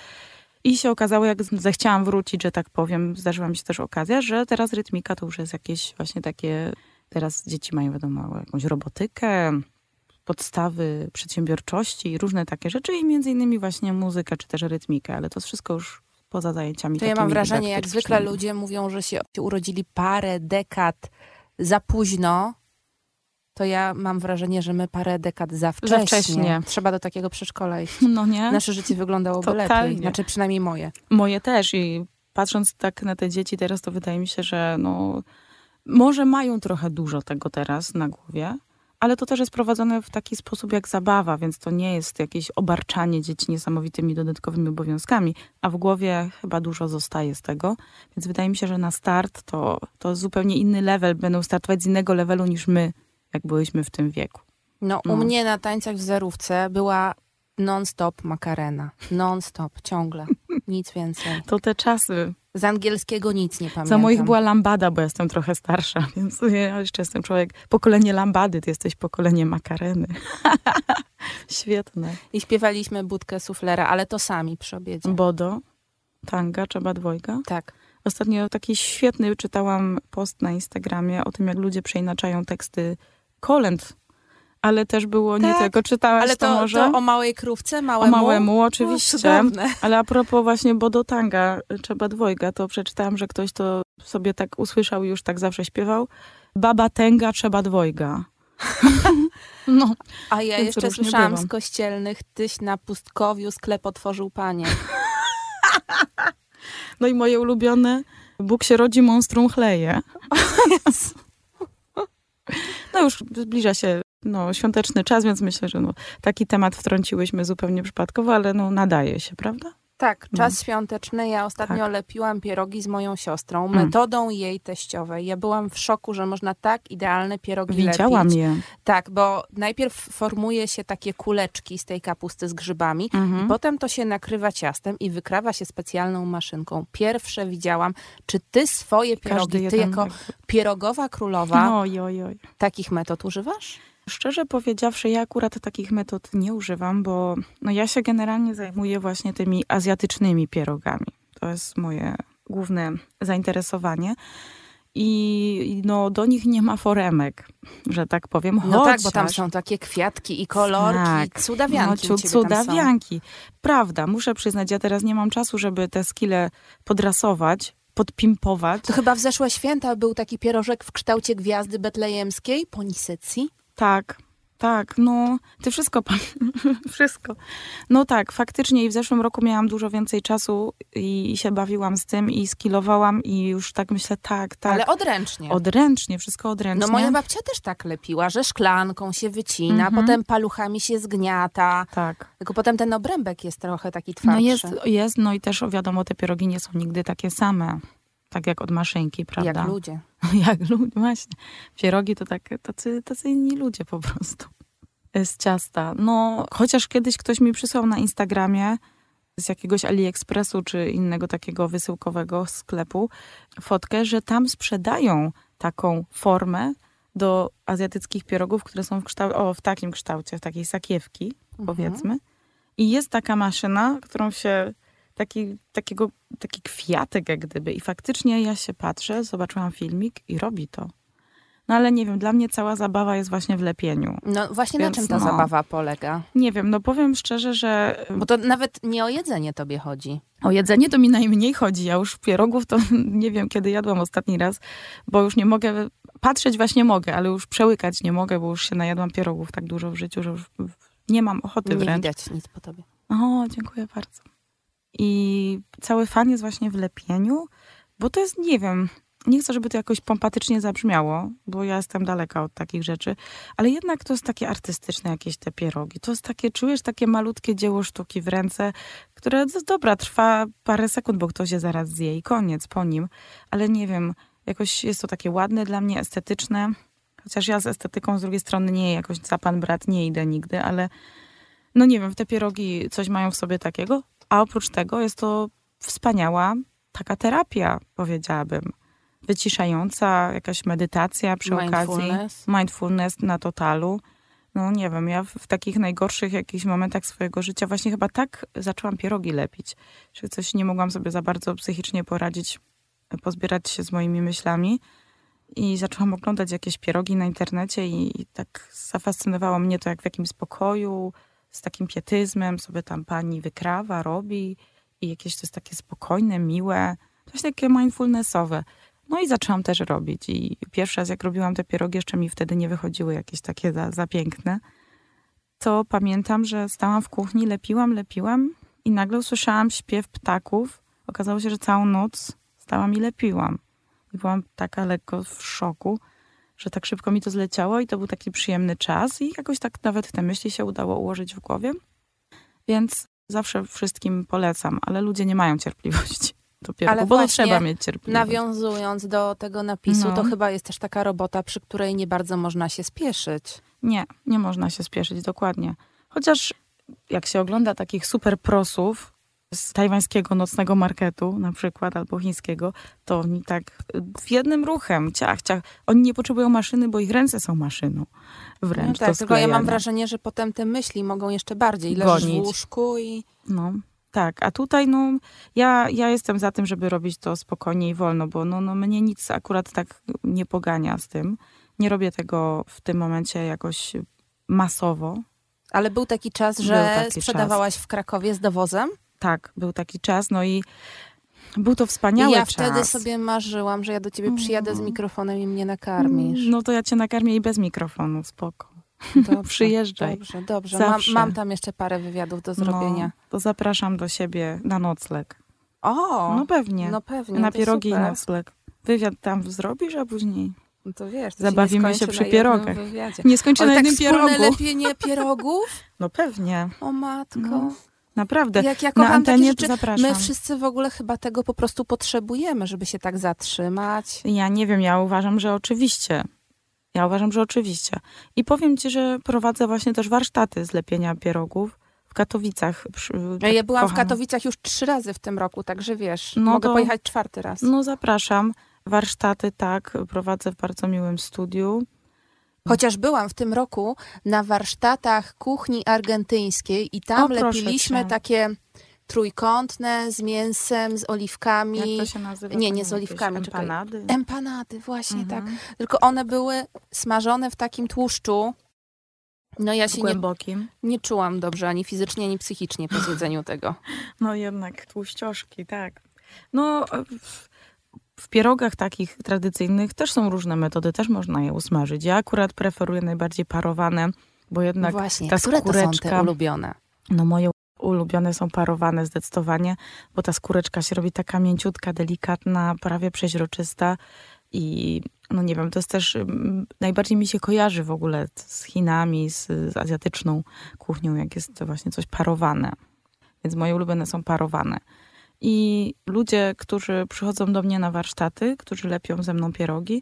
Speaker 2: I się okazało, jak zechciałam wrócić, że tak powiem, zdarzyła mi się też okazja, że teraz rytmika to już jest jakieś właśnie takie... Teraz dzieci mają, wiadomo, jakąś robotykę, podstawy przedsiębiorczości i różne takie rzeczy i między innymi właśnie muzykę czy też rytmikę, ale to jest wszystko już poza zajęciami.
Speaker 1: To ja mam wrażenie, jak zwykle ludzie mówią, że się urodzili parę dekad za późno, to ja mam wrażenie, że my parę dekad za wcześnie.
Speaker 2: Za wcześnie.
Speaker 1: Trzeba do takiego przedszkola iść.
Speaker 2: No nie?
Speaker 1: Nasze życie wyglądałoby
Speaker 2: Totalnie.
Speaker 1: lepiej. Znaczy przynajmniej moje.
Speaker 2: Moje też i patrząc tak na te dzieci teraz, to wydaje mi się, że no... Może mają trochę dużo tego teraz na głowie, ale to też jest prowadzone w taki sposób jak zabawa, więc to nie jest jakieś obarczanie dzieci niesamowitymi dodatkowymi obowiązkami, a w głowie chyba dużo zostaje z tego. Więc wydaje mi się, że na start to, to zupełnie inny level, będą startować z innego levelu niż my, jak byliśmy w tym wieku.
Speaker 1: No,
Speaker 2: No.
Speaker 1: u mnie na tańcach w zerówce była non-stop makarena. Non-stop, ciągle. Nic więcej.
Speaker 2: To te czasy.
Speaker 1: Z angielskiego nic nie pamiętam.
Speaker 2: Za moich była lambada, bo jestem trochę starsza, więc ja jeszcze jestem człowiek, pokolenie lambady, ty jesteś pokolenie makareny. Świetne.
Speaker 1: I śpiewaliśmy budkę suflera, ale to sami przy obiedzie.
Speaker 2: Bodo, tanga, trzeba dwojga.
Speaker 1: Tak.
Speaker 2: Ostatnio taki świetny czytałam post na Instagramie o tym, jak ludzie przeinaczają teksty kolęd. Ale też było, nie
Speaker 1: tak,
Speaker 2: tylko czytałaś
Speaker 1: ale to,
Speaker 2: to może?
Speaker 1: to o małej krówce, małemu?
Speaker 2: O małemu, oczywiście.
Speaker 1: O,
Speaker 2: ale a propos właśnie Bodo Tanga, trzeba dwojga, to przeczytałam, że ktoś to sobie tak usłyszał i już tak zawsze śpiewał. Baba tęga, trzeba dwojga. No,
Speaker 1: a ja jeszcze słyszałam bywam. Z kościelnych, tyś na pustkowiu sklep otworzył Panie.
Speaker 2: No i moje ulubione, Bóg się rodzi, monstrum chleje. No już zbliża się no, świąteczny czas, więc myślę, że no, taki temat wtrąciłyśmy zupełnie przypadkowo, ale no, nadaje się, prawda?
Speaker 1: Tak, czas
Speaker 2: no.
Speaker 1: świąteczny. Ja ostatnio tak. lepiłam pierogi z moją siostrą
Speaker 2: mm.
Speaker 1: metodą jej teściowej. Ja byłam w szoku, że można tak idealne pierogi
Speaker 2: Widziałam
Speaker 1: lepić.
Speaker 2: je.
Speaker 1: Tak, bo najpierw formuje się takie kuleczki z tej kapusty z grzybami
Speaker 2: mm-hmm.
Speaker 1: i potem to się nakrywa ciastem i wykrawa się specjalną maszynką. Pierwsze widziałam. Czy ty swoje pierogi,
Speaker 2: Każdy
Speaker 1: ty
Speaker 2: jeden...
Speaker 1: jako pierogowa królowa
Speaker 2: oj, oj, oj.
Speaker 1: takich metod używasz?
Speaker 2: Szczerze powiedziawszy, ja akurat takich metod nie używam, bo no ja się generalnie zajmuję właśnie tymi azjatycznymi pierogami. To jest moje główne zainteresowanie. I no, do nich nie ma foremek, że tak powiem.
Speaker 1: No
Speaker 2: Chociaż...
Speaker 1: tak, bo tam są takie kwiatki i kolorki, tak. cudawianki.
Speaker 2: No, cudawianki. Prawda, muszę przyznać, ja teraz nie mam czasu, żeby te skille podrasować, podpimpować.
Speaker 1: To chyba w zeszłe święta był taki pierożek w kształcie gwiazdy betlejemskiej, Ponisecji.
Speaker 2: Tak, tak, no, ty wszystko, wszystko. No tak, faktycznie i w zeszłym roku miałam dużo więcej czasu i, i się bawiłam z tym i skilowałam i już tak myślę, tak, tak.
Speaker 1: Ale odręcznie.
Speaker 2: Odręcznie, wszystko odręcznie.
Speaker 1: No moja babcia też tak lepiła, że szklanką się wycina, mm-hmm. potem paluchami się zgniata.
Speaker 2: Tak.
Speaker 1: Tylko potem ten obrębek jest trochę taki twardszy.
Speaker 2: No jest, jest, no i też wiadomo, te pierogi nie są nigdy takie same. Tak jak od maszynki, prawda?
Speaker 1: Jak ludzie.
Speaker 2: Jak ludzie, właśnie. Pierogi to tak, tacy, tacy inni ludzie po prostu. Z ciasta. No, chociaż kiedyś ktoś mi przysłał na Instagramie z jakiegoś AliExpressu czy innego takiego wysyłkowego sklepu fotkę, że tam sprzedają taką formę do azjatyckich pierogów, które są w, kształ- o, w takim kształcie, w takiej sakiewki, mhm. powiedzmy. I jest taka maszyna, którą się, taki, takiego, taki kwiatek jak gdyby. I faktycznie ja się patrzę, zobaczyłam filmik i robi to. No ale nie wiem, dla mnie cała zabawa jest właśnie w lepieniu.
Speaker 1: No właśnie
Speaker 2: Więc,
Speaker 1: na czym ta
Speaker 2: no,
Speaker 1: zabawa polega?
Speaker 2: Nie wiem, no powiem szczerze, że...
Speaker 1: Bo to nawet nie o jedzenie tobie chodzi.
Speaker 2: O jedzenie to mi najmniej chodzi. Ja już pierogów to nie wiem, kiedy jadłam ostatni raz, bo już nie mogę... Patrzeć właśnie mogę, ale już przełykać nie mogę, bo już się najadłam pierogów tak dużo w życiu, że już nie mam ochoty
Speaker 1: nie
Speaker 2: wręcz.
Speaker 1: Nie widać nic po tobie.
Speaker 2: O, dziękuję bardzo. I cały fan jest właśnie w lepieniu, bo to jest, nie wiem... Nie chcę, żeby to jakoś pompatycznie zabrzmiało, bo ja jestem daleka od takich rzeczy, ale jednak to jest takie artystyczne jakieś te pierogi. To jest takie, czujesz takie malutkie dzieło sztuki w ręce, które dobra, trwa parę sekund, bo ktoś je zaraz zje i koniec po nim. Ale nie wiem, jakoś jest to takie ładne dla mnie, estetyczne. Chociaż ja z estetyką z drugiej strony nie jakoś za pan brat nie idę nigdy, ale no nie wiem, te pierogi coś mają w sobie takiego. A oprócz tego jest to wspaniała taka terapia, powiedziałabym. Wyciszająca, jakaś medytacja przy
Speaker 1: mindfulness.
Speaker 2: okazji. Mindfulness na totalu. No nie wiem, ja w, w takich najgorszych jakichś momentach swojego życia właśnie chyba tak zaczęłam pierogi lepić, że coś nie mogłam sobie za bardzo psychicznie poradzić, pozbierać się z moimi myślami i zaczęłam oglądać jakieś pierogi na internecie i, i tak zafascynowało mnie to, jak w jakimś spokoju, z takim pietyzmem sobie tam pani wykrawa, robi i jakieś to jest takie spokojne, miłe, coś takie mindfulnessowe. No i zaczęłam też robić i pierwszy raz jak robiłam te pierogi, jeszcze mi wtedy nie wychodziły jakieś takie za, za piękne, to pamiętam, że stałam w kuchni, lepiłam, lepiłam i nagle usłyszałam śpiew ptaków. Okazało się, że całą noc stałam i lepiłam. I byłam taka lekko w szoku, że tak szybko mi to zleciało i to był taki przyjemny czas i jakoś tak nawet te myśli się udało ułożyć w głowie. Więc zawsze wszystkim polecam, ale ludzie nie mają cierpliwości. Dopiero,
Speaker 1: ale
Speaker 2: bo trzeba mieć cierpliwość.
Speaker 1: Nawiązując do tego napisu,
Speaker 2: no.
Speaker 1: to chyba jest też taka robota, przy której nie bardzo można się spieszyć.
Speaker 2: Nie, nie można się spieszyć, dokładnie. Chociaż jak się ogląda takich super prosów z tajwańskiego nocnego marketu na przykład, albo chińskiego, to oni tak w jednym ruchem, ciach, ciach. Oni nie potrzebują maszyny, bo ich ręce są maszyną. Wręcz
Speaker 1: no tak,
Speaker 2: do
Speaker 1: tylko ja mam wrażenie, że potem te myśli mogą jeszcze bardziej leżeć w łóżku i...
Speaker 2: No. Tak, a tutaj no, ja, ja jestem za tym, żeby robić to spokojnie i wolno, bo no, no, mnie nic akurat tak nie pogania z tym. Nie robię tego w tym momencie jakoś masowo.
Speaker 1: Ale był taki czas,
Speaker 2: Był
Speaker 1: że
Speaker 2: taki
Speaker 1: sprzedawałaś
Speaker 2: czas.
Speaker 1: w Krakowie z dowozem?
Speaker 2: Tak, był taki czas, no i był to wspaniały
Speaker 1: I ja
Speaker 2: czas.
Speaker 1: wtedy sobie marzyłam, że ja do ciebie przyjadę z mikrofonem i mnie nakarmisz.
Speaker 2: No to ja cię nakarmię i bez mikrofonu, spoko.
Speaker 1: Dobrze,
Speaker 2: Przyjeżdżaj.
Speaker 1: Dobrze, dobrze. Mam, mam tam jeszcze parę wywiadów do zrobienia.
Speaker 2: No, to zapraszam do siebie na nocleg.
Speaker 1: O!
Speaker 2: No pewnie.
Speaker 1: No pewnie.
Speaker 2: Na pierogi
Speaker 1: super.
Speaker 2: i nocleg. Wywiad tam zrobisz, a później
Speaker 1: no to wiesz, to
Speaker 2: zabawimy
Speaker 1: się,
Speaker 2: się
Speaker 1: nie
Speaker 2: przy pierogach.
Speaker 1: wywiadzie.
Speaker 2: Nie skończę
Speaker 1: Ale
Speaker 2: na
Speaker 1: tak
Speaker 2: jednym pierogu.
Speaker 1: lepienie pierogów?
Speaker 2: No pewnie.
Speaker 1: O matko.
Speaker 2: No, naprawdę.
Speaker 1: Jak ja
Speaker 2: na
Speaker 1: kocham
Speaker 2: antenie
Speaker 1: takie rzeczy,
Speaker 2: zapraszam.
Speaker 1: my wszyscy w ogóle chyba tego po prostu potrzebujemy, żeby się tak zatrzymać.
Speaker 2: Ja nie wiem, ja uważam, że oczywiście. Ja uważam, że oczywiście. I powiem ci, że prowadzę właśnie też warsztaty z lepienia pierogów w Katowicach.
Speaker 1: Ja, ja byłam
Speaker 2: kocham.
Speaker 1: w Katowicach już trzy razy w tym roku, także wiesz,
Speaker 2: No
Speaker 1: mogę
Speaker 2: to,
Speaker 1: pojechać czwarty raz.
Speaker 2: No zapraszam. Warsztaty, tak, prowadzę w bardzo miłym studiu.
Speaker 1: Chociaż byłam w tym roku na warsztatach kuchni argentyńskiej i tam
Speaker 2: O,
Speaker 1: lepiliśmy
Speaker 2: cię.
Speaker 1: takie trójkątne z mięsem, z oliwkami.
Speaker 2: Jak to się nazywa?
Speaker 1: Nie, nie z oliwkami.
Speaker 2: Empanady?
Speaker 1: Czekaj. Empanady, właśnie
Speaker 2: Mhm.
Speaker 1: tak. Tylko one były smażone w takim tłuszczu. No ja się nie,
Speaker 2: Głębokim.
Speaker 1: nie czułam dobrze ani fizycznie, ani psychicznie po zjedzeniu tego.
Speaker 2: No jednak tłuścioszki, tak. No w, w pierogach takich tradycyjnych też są różne metody, też można je usmażyć. Ja akurat preferuję najbardziej parowane, bo jednak
Speaker 1: no właśnie,
Speaker 2: ta
Speaker 1: które
Speaker 2: skóreczka...
Speaker 1: to są te ulubione?
Speaker 2: No moje ulubione są parowane zdecydowanie, bo ta skóreczka się robi taka mięciutka, delikatna, prawie przeźroczysta i no nie wiem, to jest też, m, najbardziej mi się kojarzy w ogóle z Chinami, z, z azjatyczną kuchnią, jak jest to właśnie coś parowane. Więc moje ulubione są parowane. I ludzie, którzy przychodzą do mnie na warsztaty, którzy lepią ze mną pierogi,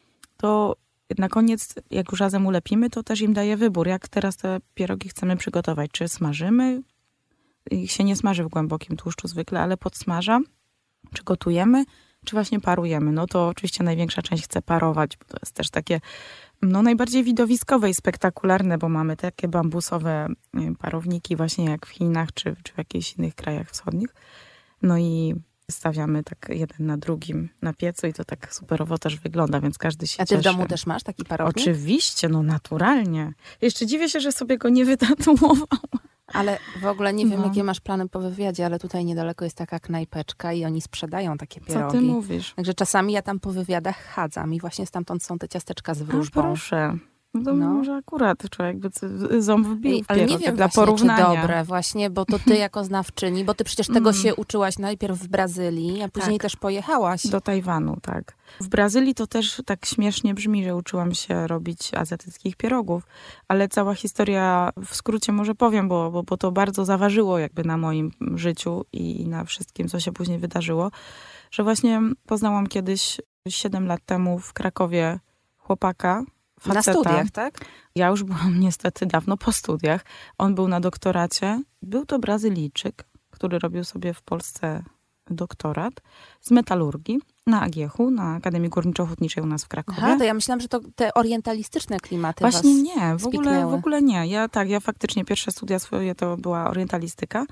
Speaker 2: to na koniec, jak już razem ulepimy, to też im daję wybór, jak teraz te pierogi chcemy przygotować. Czy smażymy Ich się nie smaży w głębokim tłuszczu zwykle, ale podsmaża. Czy gotujemy, czy właśnie parujemy. No to oczywiście największa część chce parować, bo to jest też takie no najbardziej widowiskowe i spektakularne, bo mamy takie bambusowe parowniki właśnie jak w Chinach, czy, czy w jakichś innych krajach wschodnich. No i stawiamy tak jeden na drugim na piecu i to tak superowo też wygląda, więc każdy się
Speaker 1: A ty
Speaker 2: cieszy.
Speaker 1: w domu też masz taki parownik?
Speaker 2: Oczywiście, no naturalnie. Jeszcze dziwię się, że sobie go nie wytatuowałam.
Speaker 1: Ale w ogóle nie wiem,
Speaker 2: No.
Speaker 1: jakie masz plany po wywiadzie, ale tutaj niedaleko jest taka knajpeczka i oni sprzedają takie pierogi.
Speaker 2: Co ty mówisz?
Speaker 1: Także czasami ja tam po wywiadach chadzam i właśnie stamtąd są te ciasteczka z wróżbą.
Speaker 2: A, proszę. No to
Speaker 1: No.
Speaker 2: może akurat człowiek by c- ząb wbił
Speaker 1: Ej,
Speaker 2: w
Speaker 1: ale nie
Speaker 2: pierog,
Speaker 1: wiem
Speaker 2: tak dla
Speaker 1: właśnie,
Speaker 2: porównania.
Speaker 1: czy dobre właśnie, bo to ty jako znawczyni, bo ty przecież tego
Speaker 2: Mm.
Speaker 1: się uczyłaś najpierw w Brazylii, a później
Speaker 2: Tak.
Speaker 1: też pojechałaś.
Speaker 2: Do Tajwanu, tak. W Brazylii to też tak śmiesznie brzmi, że uczyłam się robić azjatyckich pierogów, ale cała historia w skrócie może powiem, bo, bo, bo to bardzo zaważyło jakby na moim życiu i na wszystkim, co się później wydarzyło, że właśnie poznałam kiedyś siedem lat temu w Krakowie chłopaka,
Speaker 1: Na
Speaker 2: faceta.
Speaker 1: studiach, tak?
Speaker 2: Ja już byłam niestety dawno po studiach. On był na doktoracie. Był to Brazylijczyk, który robił sobie w Polsce doktorat z metalurgii na A G H u, na Akademii Górniczo-Hutniczej u nas w Krakowie.
Speaker 1: Aha, to ja myślałam, że to te orientalistyczne klimaty
Speaker 2: Właśnie
Speaker 1: was
Speaker 2: nie, w ogóle,
Speaker 1: spiknęły.
Speaker 2: w ogóle nie. Ja tak, ja faktycznie pierwsze studia swoje to była orientalistyka,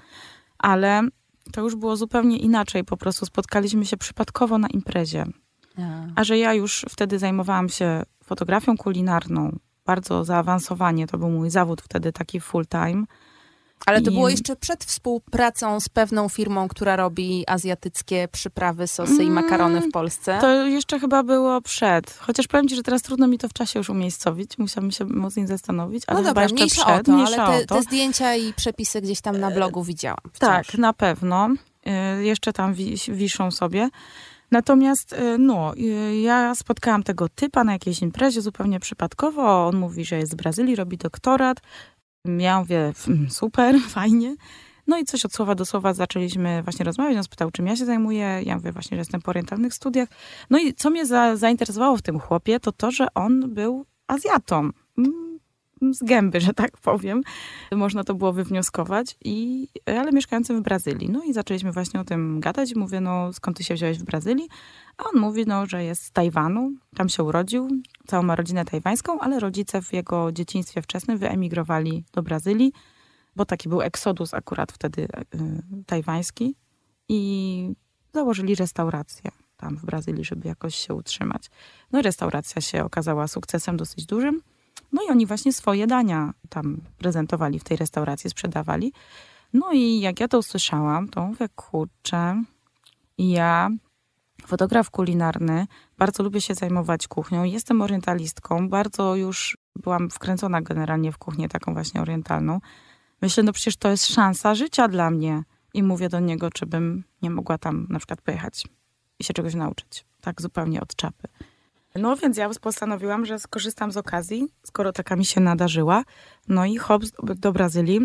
Speaker 2: ale to już było zupełnie inaczej. Po prostu spotkaliśmy się przypadkowo na imprezie.
Speaker 1: A.
Speaker 2: A że ja już wtedy zajmowałam się fotografią kulinarną, bardzo zaawansowanie, to był mój zawód wtedy taki full time.
Speaker 1: Ale to
Speaker 2: I-
Speaker 1: było jeszcze przed współpracą z pewną firmą, która robi azjatyckie przyprawy, sosy i makarony w Polsce.
Speaker 2: To jeszcze chyba było przed. Chociaż powiem ci, że teraz trudno mi to w czasie już umiejscowić. Musiałabym się mocniej zastanowić, ale
Speaker 1: no
Speaker 2: chyba
Speaker 1: dobra,
Speaker 2: jeszcze
Speaker 1: mniejsza
Speaker 2: przed.
Speaker 1: o to,
Speaker 2: mniejsza
Speaker 1: ale
Speaker 2: o
Speaker 1: te,
Speaker 2: to.
Speaker 1: te zdjęcia i przepisy gdzieś tam na blogu widziałam. Wciąż.
Speaker 2: Tak, na pewno. Y, Jeszcze tam wis- wiszą sobie. Natomiast y, no, y, ja spotkałam tego typa na jakiejś imprezie zupełnie przypadkowo. On mówi, że jest z Brazylii, robi doktorat. Ja mówię, "Mm, super, fajnie. No i coś od słowa do słowa zaczęliśmy właśnie rozmawiać. On spytał, czym ja się zajmuję. Ja mówię właśnie, że jestem po orientalnych studiach. No i co mnie za, zainteresowało w tym chłopie, to to, że on był Azjatą. Mm, Z gęby, że tak powiem. Można to było wywnioskować. I, ale mieszkającym w Brazylii. No i zaczęliśmy właśnie o tym gadać. I mówię, no skąd ty się wziąłeś w Brazylii? A on mówi, no, że jest z Tajwanu. Tam się urodził. Całą ma rodzinę tajwańską, ale rodzice w jego dzieciństwie wczesnym wyemigrowali do Brazylii, bo taki był eksodus akurat wtedy y, tajwański. I założyli restaurację tam w Brazylii, żeby jakoś się utrzymać. No i restauracja się okazała sukcesem dosyć dużym. No i oni właśnie swoje dania tam prezentowali w tej restauracji, sprzedawali. No i jak ja to usłyszałam, to mówię, kurczę, ja, fotograf kulinarny, bardzo lubię się zajmować kuchnią. Jestem orientalistką, bardzo już byłam wkręcona generalnie w kuchnię taką właśnie orientalną. Myślę, no przecież to jest szansa życia dla mnie. I mówię do niego, czy bym nie mogła tam na przykład pojechać i się czegoś nauczyć. Tak zupełnie od czapy. No więc ja postanowiłam, że skorzystam z okazji, skoro taka mi się nadarzyła. No i hop do Brazylii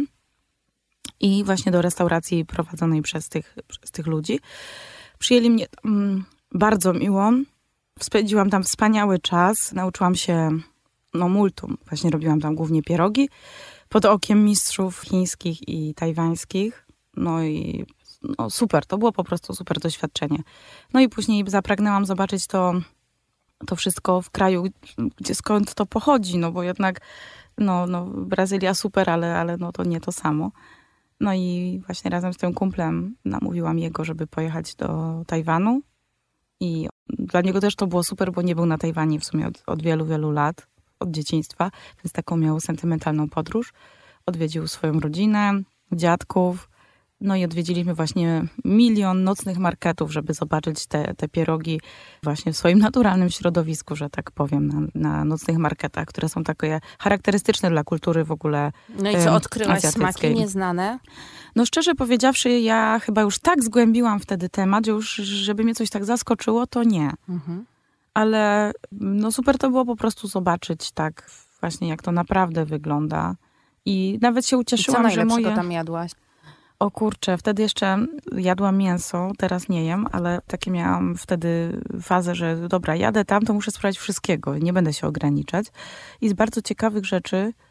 Speaker 2: i właśnie do restauracji prowadzonej przez tych, przez tych ludzi. Przyjęli mnie mm, bardzo miło. Spędziłam tam wspaniały czas. Nauczyłam się no multum. Właśnie robiłam tam głównie pierogi pod okiem mistrzów chińskich i tajwańskich. No i no super, to było po prostu super doświadczenie. No i później zapragnęłam zobaczyć to to wszystko w kraju, gdzie skąd to pochodzi, no bo jednak no, no Brazylia super, ale, ale no to nie to samo. No i właśnie razem z tym kumplem namówiłam jego, żeby pojechać do Tajwanu i dla niego też to było super, bo nie był na Tajwanie w sumie od, od wielu, wielu lat, od dzieciństwa, więc taką miał sentymentalną podróż. Odwiedził swoją rodzinę, dziadków, no i odwiedziliśmy właśnie milion nocnych marketów, żeby zobaczyć te, te pierogi właśnie w swoim naturalnym środowisku, że tak powiem, na, na nocnych marketach, które są takie charakterystyczne dla kultury w ogóle
Speaker 1: No i co,
Speaker 2: em,
Speaker 1: odkryłaś
Speaker 2: azjatyckiej.
Speaker 1: smaki nieznane?
Speaker 2: No szczerze powiedziawszy, ja chyba już tak zgłębiłam wtedy temat, że już żeby mnie coś tak zaskoczyło, to nie.
Speaker 1: Mhm.
Speaker 2: Ale no super to było po prostu zobaczyć tak właśnie, jak to naprawdę wygląda. I nawet się
Speaker 1: I co
Speaker 2: ucieszyłam, że
Speaker 1: najlepszego
Speaker 2: moje...
Speaker 1: tam jadłaś?
Speaker 2: O kurczę, wtedy jeszcze jadłam mięso, teraz nie jem, ale takie miałam wtedy fazę, że dobra, jadę tam, to muszę spróbować wszystkiego, nie będę się ograniczać. I z bardzo ciekawych rzeczy,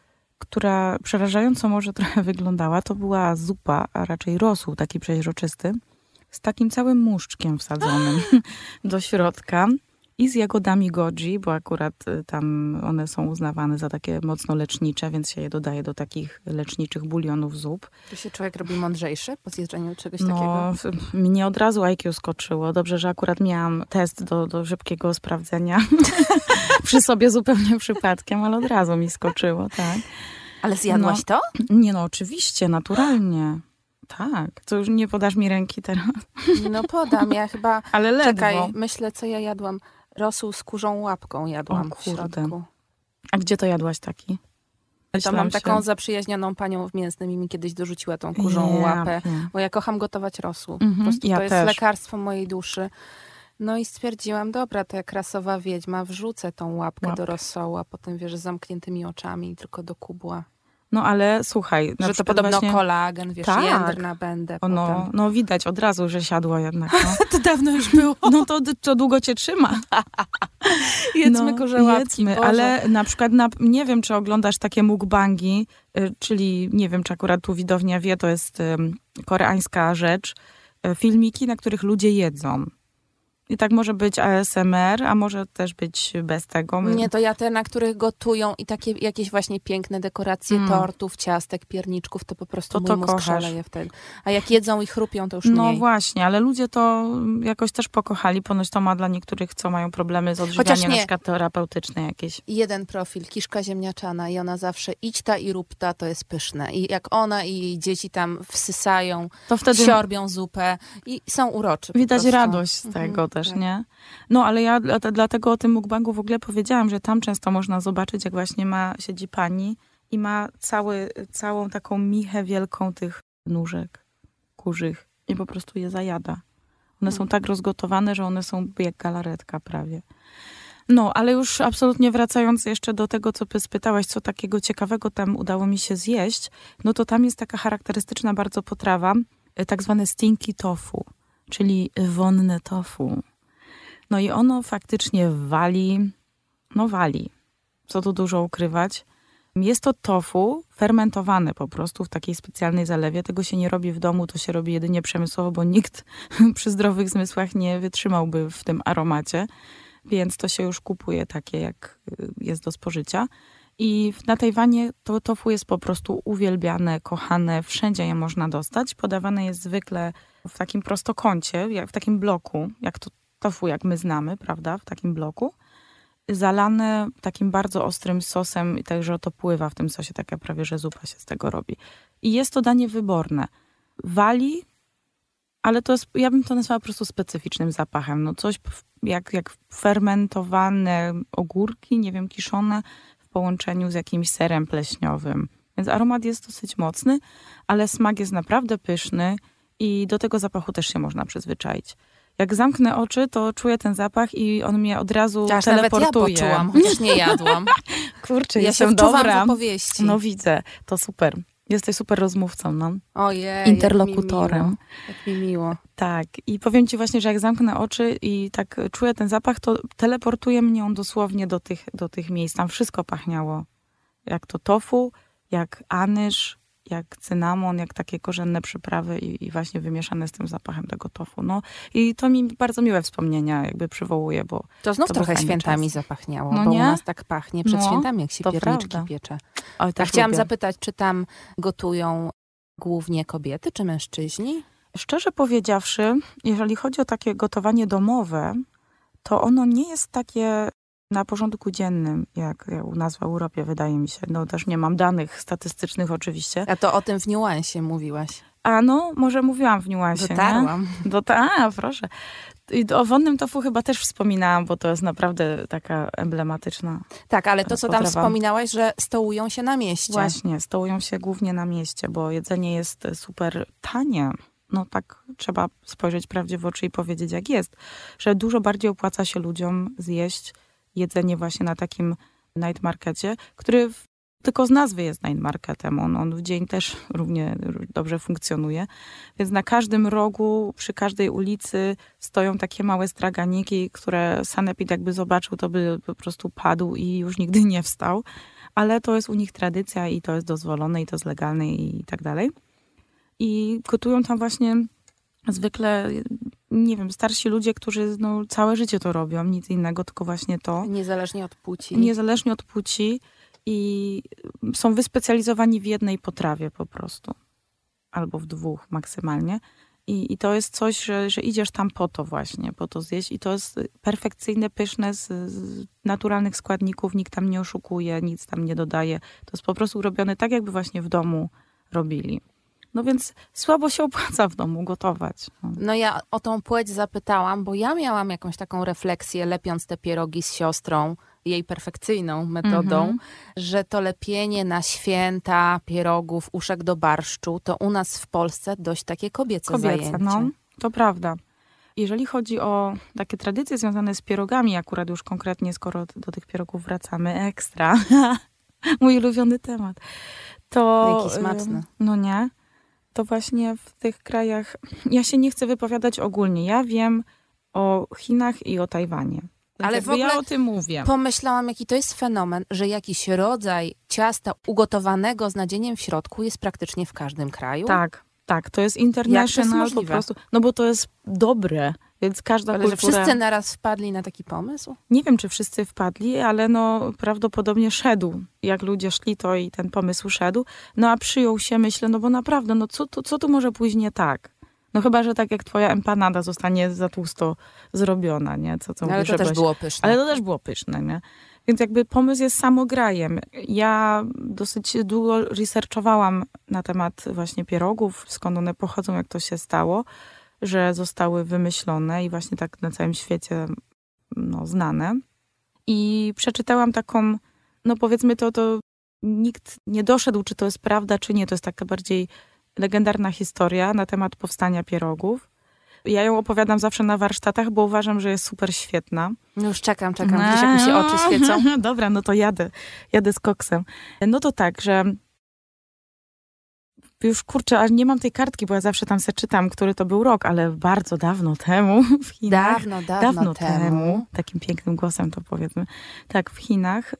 Speaker 2: która przerażająco może trochę wyglądała, to była zupa, a raczej rosół taki przeźroczysty, z takim całym muszczkiem wsadzonym do środka i z jagodami goji, bo akurat tam one są uznawane za takie mocno lecznicze, więc się je dodaje do takich leczniczych bulionów zup.
Speaker 1: Czy się człowiek robi mądrzejszy po zjedzeniu czegoś
Speaker 2: no,
Speaker 1: takiego?
Speaker 2: Mnie od razu I Q skoczyło. Dobrze, że akurat miałam test do, do szybkiego sprawdzenia przy sobie zupełnie przypadkiem, ale od razu mi skoczyło, tak.
Speaker 1: Ale zjadłaś
Speaker 2: no,
Speaker 1: to?
Speaker 2: Nie no, oczywiście, naturalnie. Tak, to już nie podasz mi ręki teraz.
Speaker 1: No podam, ja chyba...
Speaker 2: Ale ledwo.
Speaker 1: Czekaj, myślę, co ja jadłam. Rosół z kurzą łapką jadłam
Speaker 2: o,
Speaker 1: w środku.
Speaker 2: A gdzie to jadłaś taki?
Speaker 1: To mam taką zaprzyjaźnioną panią w Mięsnym i mi kiedyś dorzuciła tą kurzą
Speaker 2: ja,
Speaker 1: łapę,
Speaker 2: ja.
Speaker 1: bo ja kocham gotować rosół.
Speaker 2: Mhm,
Speaker 1: po prostu
Speaker 2: ja
Speaker 1: to jest
Speaker 2: też.
Speaker 1: lekarstwo mojej duszy. No i stwierdziłam, dobra, to jak rasowa wiedźma, wrzucę tą łapkę, łapkę. do rosołu, a potem wiesz, z zamkniętymi oczami i tylko do kubła.
Speaker 2: No ale słuchaj.
Speaker 1: Że to podobno właśnie... kolagen, wiesz,
Speaker 2: tak.
Speaker 1: jędrna będę
Speaker 2: o, no,
Speaker 1: potem.
Speaker 2: No widać od razu, że siadło jednak. No.
Speaker 1: To dawno już było.
Speaker 2: No to, to długo cię trzyma.
Speaker 1: Jedzmy
Speaker 2: no,
Speaker 1: kurze łapki,
Speaker 2: jedzmy, ale na przykład na, nie wiem, czy oglądasz takie mukbangi, y, czyli nie wiem, czy akurat tu widownia wie, to jest y, koreańska rzecz, y, filmiki, na których ludzie jedzą. I tak może być A S M R, a może też być bez tego.
Speaker 1: Nie, to ja te, na których gotują i takie jakieś właśnie piękne dekoracje mm. tortów, ciastek, pierniczków, to po prostu to mój to mózg szaleje wtedy. A jak jedzą i chrupią, to już
Speaker 2: no
Speaker 1: mniej.
Speaker 2: No właśnie, ale ludzie to jakoś też pokochali. Ponoć to ma dla niektórych, co mają problemy z odżywianiem, na przykład terapeutyczne jakieś.
Speaker 1: Jeden profil, kiszka ziemniaczana i ona zawsze idź ta i rób ta, to jest pyszne. I jak ona i jej dzieci tam wsysają, to wtedy siorbią zupę i są uroczy.
Speaker 2: Widać radość z tego. Mhm. też, tak. nie? No, ale ja dlatego o tym mukbangu w ogóle powiedziałam, że tam często można zobaczyć, jak właśnie ma, siedzi pani i ma cały, całą taką michę wielką tych nóżek kurzych i po prostu je zajada. One są tak rozgotowane, że one są jak galaretka prawie. No, ale już absolutnie wracając jeszcze do tego, co spytałaś, co takiego ciekawego tam udało mi się zjeść, no to tam jest taka charakterystyczna bardzo potrawa, tak zwane stinky tofu, czyli wonne tofu. No i ono faktycznie wali, no wali, co tu dużo ukrywać. Jest to tofu fermentowane po prostu w takiej specjalnej zalewie. Tego się nie robi w domu, to się robi jedynie przemysłowo, bo nikt przy zdrowych zmysłach nie wytrzymałby w tym aromacie. Więc to się już kupuje takie, jak jest do spożycia. I na Tajwanie to tofu jest po prostu uwielbiane, kochane, wszędzie je można dostać. Podawane jest zwykle w takim prostokącie, jak w takim bloku, jak to tofu, jak my znamy, prawda, w takim bloku. Zalane takim bardzo ostrym sosem i także to pływa w tym sosie, taka prawie, że zupa się z tego robi. I jest to danie wyborne. Wali, ale to jest, ja bym to nazwała po prostu specyficznym zapachem. No coś jak, jak fermentowane ogórki, nie wiem, kiszone w połączeniu z jakimś serem pleśniowym. Więc aromat jest dosyć mocny, ale smak jest naprawdę pyszny i do tego zapachu też się można przyzwyczaić. Jak zamknę oczy, to czuję ten zapach i on mnie od razu
Speaker 1: Aż
Speaker 2: teleportuje.
Speaker 1: Nawet ja poczułam, chociaż nie jadłam.
Speaker 2: Kurczę,
Speaker 1: ja
Speaker 2: jestem
Speaker 1: się
Speaker 2: dobra.
Speaker 1: w opowieści.
Speaker 2: No widzę, to super. Jesteś super rozmówcą, no.
Speaker 1: Ojej,
Speaker 2: interlokutorem.
Speaker 1: Jak mi miło. Jak mi miło.
Speaker 2: Tak. I powiem ci właśnie, że jak zamknę oczy i tak czuję ten zapach, to teleportuje mnie on dosłownie do tych, do tych miejsc. Tam wszystko pachniało. Jak to tofu, jak anyż, jak cynamon, jak takie korzenne przyprawy i, i właśnie wymieszane z tym zapachem tego tofu. No i to mi bardzo miłe wspomnienia jakby przywołuje, bo...
Speaker 1: To znów
Speaker 2: to
Speaker 1: trochę świętami
Speaker 2: czas.
Speaker 1: zapachniało,
Speaker 2: no
Speaker 1: bo
Speaker 2: nie?
Speaker 1: u nas tak pachnie przed
Speaker 2: no,
Speaker 1: świętami, jak się pierniczki
Speaker 2: prawda.
Speaker 1: piecze.
Speaker 2: Oj,
Speaker 1: A chciałam
Speaker 2: lubię.
Speaker 1: zapytać, czy tam gotują głównie kobiety, czy mężczyźni?
Speaker 2: Szczerze powiedziawszy, jeżeli chodzi o takie gotowanie domowe, to ono nie jest takie na porządku dziennym, jak, jak u nas w Europie, wydaje mi się. No też nie mam danych statystycznych oczywiście.
Speaker 1: A to o tym w niuansie mówiłaś.
Speaker 2: A no, może mówiłam w niuansie.
Speaker 1: Dotarłam.
Speaker 2: Do ta, a, proszę. I o wonnym tofu chyba też wspominałam, bo to jest naprawdę taka emblematyczna
Speaker 1: Tak, ale to, co
Speaker 2: potrawa.
Speaker 1: tam wspominałaś, że stołują się na mieście.
Speaker 2: Właśnie, stołują się głównie na mieście, bo jedzenie jest super tanie. No tak trzeba spojrzeć prawdzie w oczy i powiedzieć, jak jest. Że dużo bardziej opłaca się ludziom zjeść jedzenie właśnie na takim night markecie, który w, tylko z nazwy jest night marketem. On, on w dzień też równie dobrze funkcjonuje. Więc na każdym rogu, przy każdej ulicy stoją takie małe straganiki, które sanepid jakby zobaczył, to by po prostu padł i już nigdy nie wstał. ale to jest u nich tradycja i to jest dozwolone i to jest legalne i tak dalej. I gotują tam właśnie zwykle, nie wiem, starsi ludzie, którzy no, całe życie to robią, nic innego, tylko właśnie to.
Speaker 1: Niezależnie od płci.
Speaker 2: Niezależnie od płci i są wyspecjalizowani w jednej potrawie po prostu. Albo w dwóch maksymalnie. I, i to jest coś, że, że idziesz tam po to właśnie, po to zjeść. I to jest perfekcyjne, pyszne, z, z naturalnych składników. Nikt tam nie oszukuje, nic tam nie dodaje. To jest po prostu robione tak, jakby właśnie w domu robili. No więc słabo się opłaca w domu gotować.
Speaker 1: No ja o tą płeć zapytałam, bo ja miałam jakąś taką refleksję, lepiąc te pierogi z siostrą, jej perfekcyjną metodą, mm-hmm. że to lepienie na święta pierogów, uszek do barszczu, to u nas w Polsce dość takie kobiece,
Speaker 2: kobiece
Speaker 1: zajęcie.
Speaker 2: No, to prawda. Jeżeli chodzi o takie tradycje związane z pierogami, akurat już konkretnie, skoro do tych pierogów wracamy, ekstra, mój ulubiony temat, to...
Speaker 1: Jaki smaczny.
Speaker 2: No nie? To właśnie w tych krajach, ja się nie chcę wypowiadać ogólnie. Ja wiem o Chinach i o Tajwanie.
Speaker 1: Ale w ogóle
Speaker 2: ja o tym mówię.
Speaker 1: Pomyślałam, jaki to jest fenomen, że jakiś rodzaj ciasta ugotowanego z nadzieniem w środku jest praktycznie w każdym kraju.
Speaker 2: Tak, tak. To jest international
Speaker 1: to
Speaker 2: po prostu. No bo to jest dobre, więc każda
Speaker 1: ale
Speaker 2: kultura...
Speaker 1: że wszyscy naraz wpadli na taki pomysł?
Speaker 2: Nie wiem, czy wszyscy wpadli, ale no prawdopodobnie szedł. Jak ludzie szli, to i ten pomysł szedł. No a przyjął się, myślę, no bo naprawdę, no co tu, co tu może pójść nie tak? No chyba, że tak jak twoja empanada zostanie za tłusto zrobiona, nie? Co, co
Speaker 1: no, ale
Speaker 2: mówisz,
Speaker 1: to też
Speaker 2: byś...
Speaker 1: było pyszne.
Speaker 2: Ale to też było pyszne, nie? Więc jakby pomysł jest samograjem. Ja dosyć długo researchowałam na temat właśnie pierogów, skąd one pochodzą, jak to się stało, że zostały wymyślone i właśnie tak na całym świecie no, znane. I przeczytałam taką, no powiedzmy to, to nikt nie doszedł, czy to jest prawda, czy nie. To jest taka bardziej legendarna historia na temat powstania pierogów. Ja ją opowiadam zawsze na warsztatach, bo uważam, że jest super świetna.
Speaker 1: No już czekam, czekam. Widzisz, jak mi się oczy świecą?
Speaker 2: Dobra, no to jadę. Jadę z koksem. No to tak, że już kurczę, aż nie mam tej kartki, bo ja zawsze tam se czytam, który to był rok, ale bardzo dawno temu w Chinach.
Speaker 1: Dawno, dawno,
Speaker 2: dawno temu.
Speaker 1: temu.
Speaker 2: Takim pięknym głosem to powiedzmy. Tak, w Chinach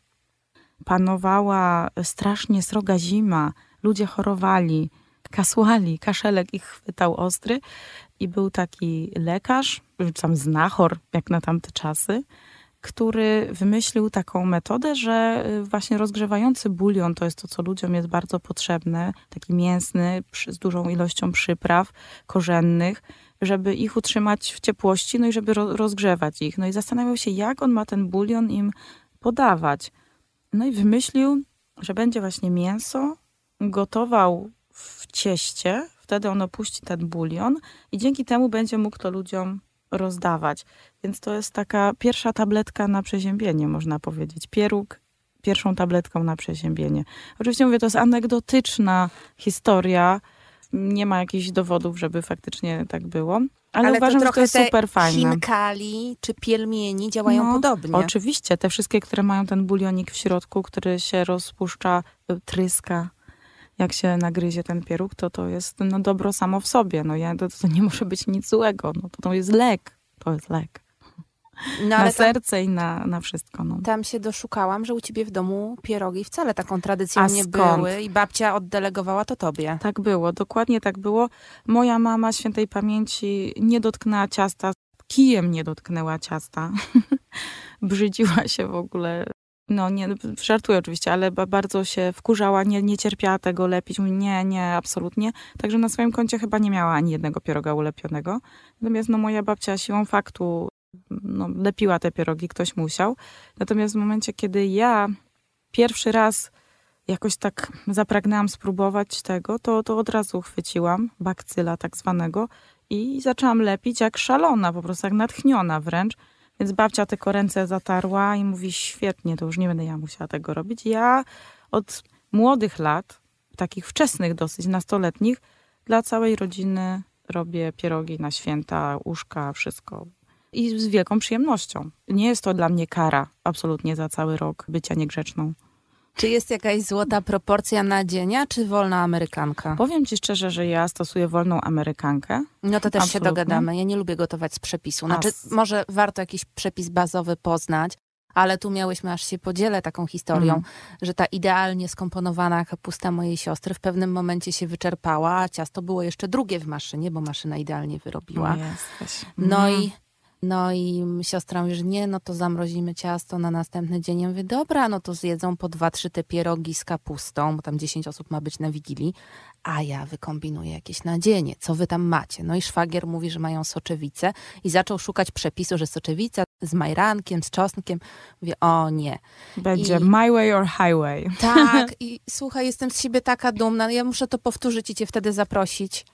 Speaker 2: panowała strasznie sroga zima. Ludzie chorowali, kasłali, kaszelek ich chwytał ostry. I był taki lekarz, tam znachor, jak na tamte czasy, który wymyślił taką metodę, że właśnie rozgrzewający bulion to jest to, co ludziom jest bardzo potrzebne, taki mięsny, z dużą ilością przypraw korzennych, żeby ich utrzymać w ciepłości, no i żeby rozgrzewać ich. No i zastanawiał się, jak on ma ten bulion im podawać. No i wymyślił, że będzie właśnie mięso, gotował w cieście, wtedy ono puści ten bulion i dzięki temu będzie mógł to ludziom rozdawać. Więc to jest taka pierwsza tabletka na przeziębienie, można powiedzieć. Pieróg pierwszą tabletką na przeziębienie. Oczywiście mówię, to jest anegdotyczna historia. Nie ma jakichś dowodów, żeby faktycznie tak było. Ale, ale uważam, to że to jest super fajne.
Speaker 1: Chinkali czy pielmieni działają no, podobnie.
Speaker 2: Oczywiście. Te wszystkie, które mają ten bulionik w środku, który się rozpuszcza, tryska. Jak się nagryzie ten pieróg, to to jest no, dobro samo w sobie. No, ja, to, to nie może być nic złego. No, to, to jest lek. To jest lek. No, na serce tam, i na, na wszystko. No.
Speaker 1: Tam się doszukałam, że u ciebie w domu pierogi wcale taką tradycją
Speaker 2: A
Speaker 1: nie
Speaker 2: skąd?
Speaker 1: były i babcia oddelegowała to tobie.
Speaker 2: Tak było, dokładnie tak było. Moja mama świętej pamięci nie dotknęła ciasta, kijem nie dotknęła ciasta. Brzydziła się w ogóle. No nie, żartuję oczywiście, ale bardzo się wkurzała, nie, nie cierpiała tego lepić. Mówi, nie, nie, absolutnie. Także na swoim koncie chyba nie miała ani jednego pieroga ulepionego. Natomiast no, moja babcia siłą faktu no, lepiła te pierogi, ktoś musiał. Natomiast w momencie, kiedy ja pierwszy raz jakoś tak zapragnęłam spróbować tego, to, to od razu chwyciłam bakcyla tak zwanego i zaczęłam lepić jak szalona, po prostu jak natchniona wręcz. Więc babcia tylko ręce zatarła i mówi, świetnie, to już nie będę ja musiała tego robić. Ja od młodych lat, takich wczesnych dosyć, nastoletnich, dla całej rodziny robię pierogi na święta, uszka, wszystko. I z wielką przyjemnością. Nie jest to dla mnie kara absolutnie za cały rok bycia niegrzeczną.
Speaker 1: Czy jest jakaś złota proporcja nadzienia, czy wolna amerykanka?
Speaker 2: Powiem ci szczerze, że ja stosuję wolną amerykankę.
Speaker 1: No to też
Speaker 2: absolutnie.
Speaker 1: Się dogadamy. Ja nie lubię gotować z przepisu. Znaczy,
Speaker 2: As.
Speaker 1: może warto jakiś przepis bazowy poznać, Ale tu miałyśmy, aż się podzielę taką historią, mm. że ta idealnie skomponowana kapusta mojej siostry w pewnym momencie się wyczerpała, a ciasto było jeszcze drugie w maszynie, bo maszyna idealnie wyrobiła.
Speaker 2: No, jesteś.
Speaker 1: No
Speaker 2: Mm.
Speaker 1: i No i siostra mówi, że nie, no to zamrozimy ciasto na następny dzień. Ja mówię, dobra, no to zjedzą po dwa, trzy te pierogi z kapustą, bo tam dziesięć osób ma być na Wigilii, a ja wykombinuję jakieś nadzienie. Co wy tam macie? No i szwagier mówi, że mają soczewicę i zaczął szukać przepisu, że soczewica z majrankiem, z czosnkiem. Mówię, o nie.
Speaker 2: Będzie
Speaker 1: I...
Speaker 2: my way or highway.
Speaker 1: Tak, i słuchaj, jestem z siebie taka dumna. Ja muszę to powtórzyć i cię wtedy zaprosić.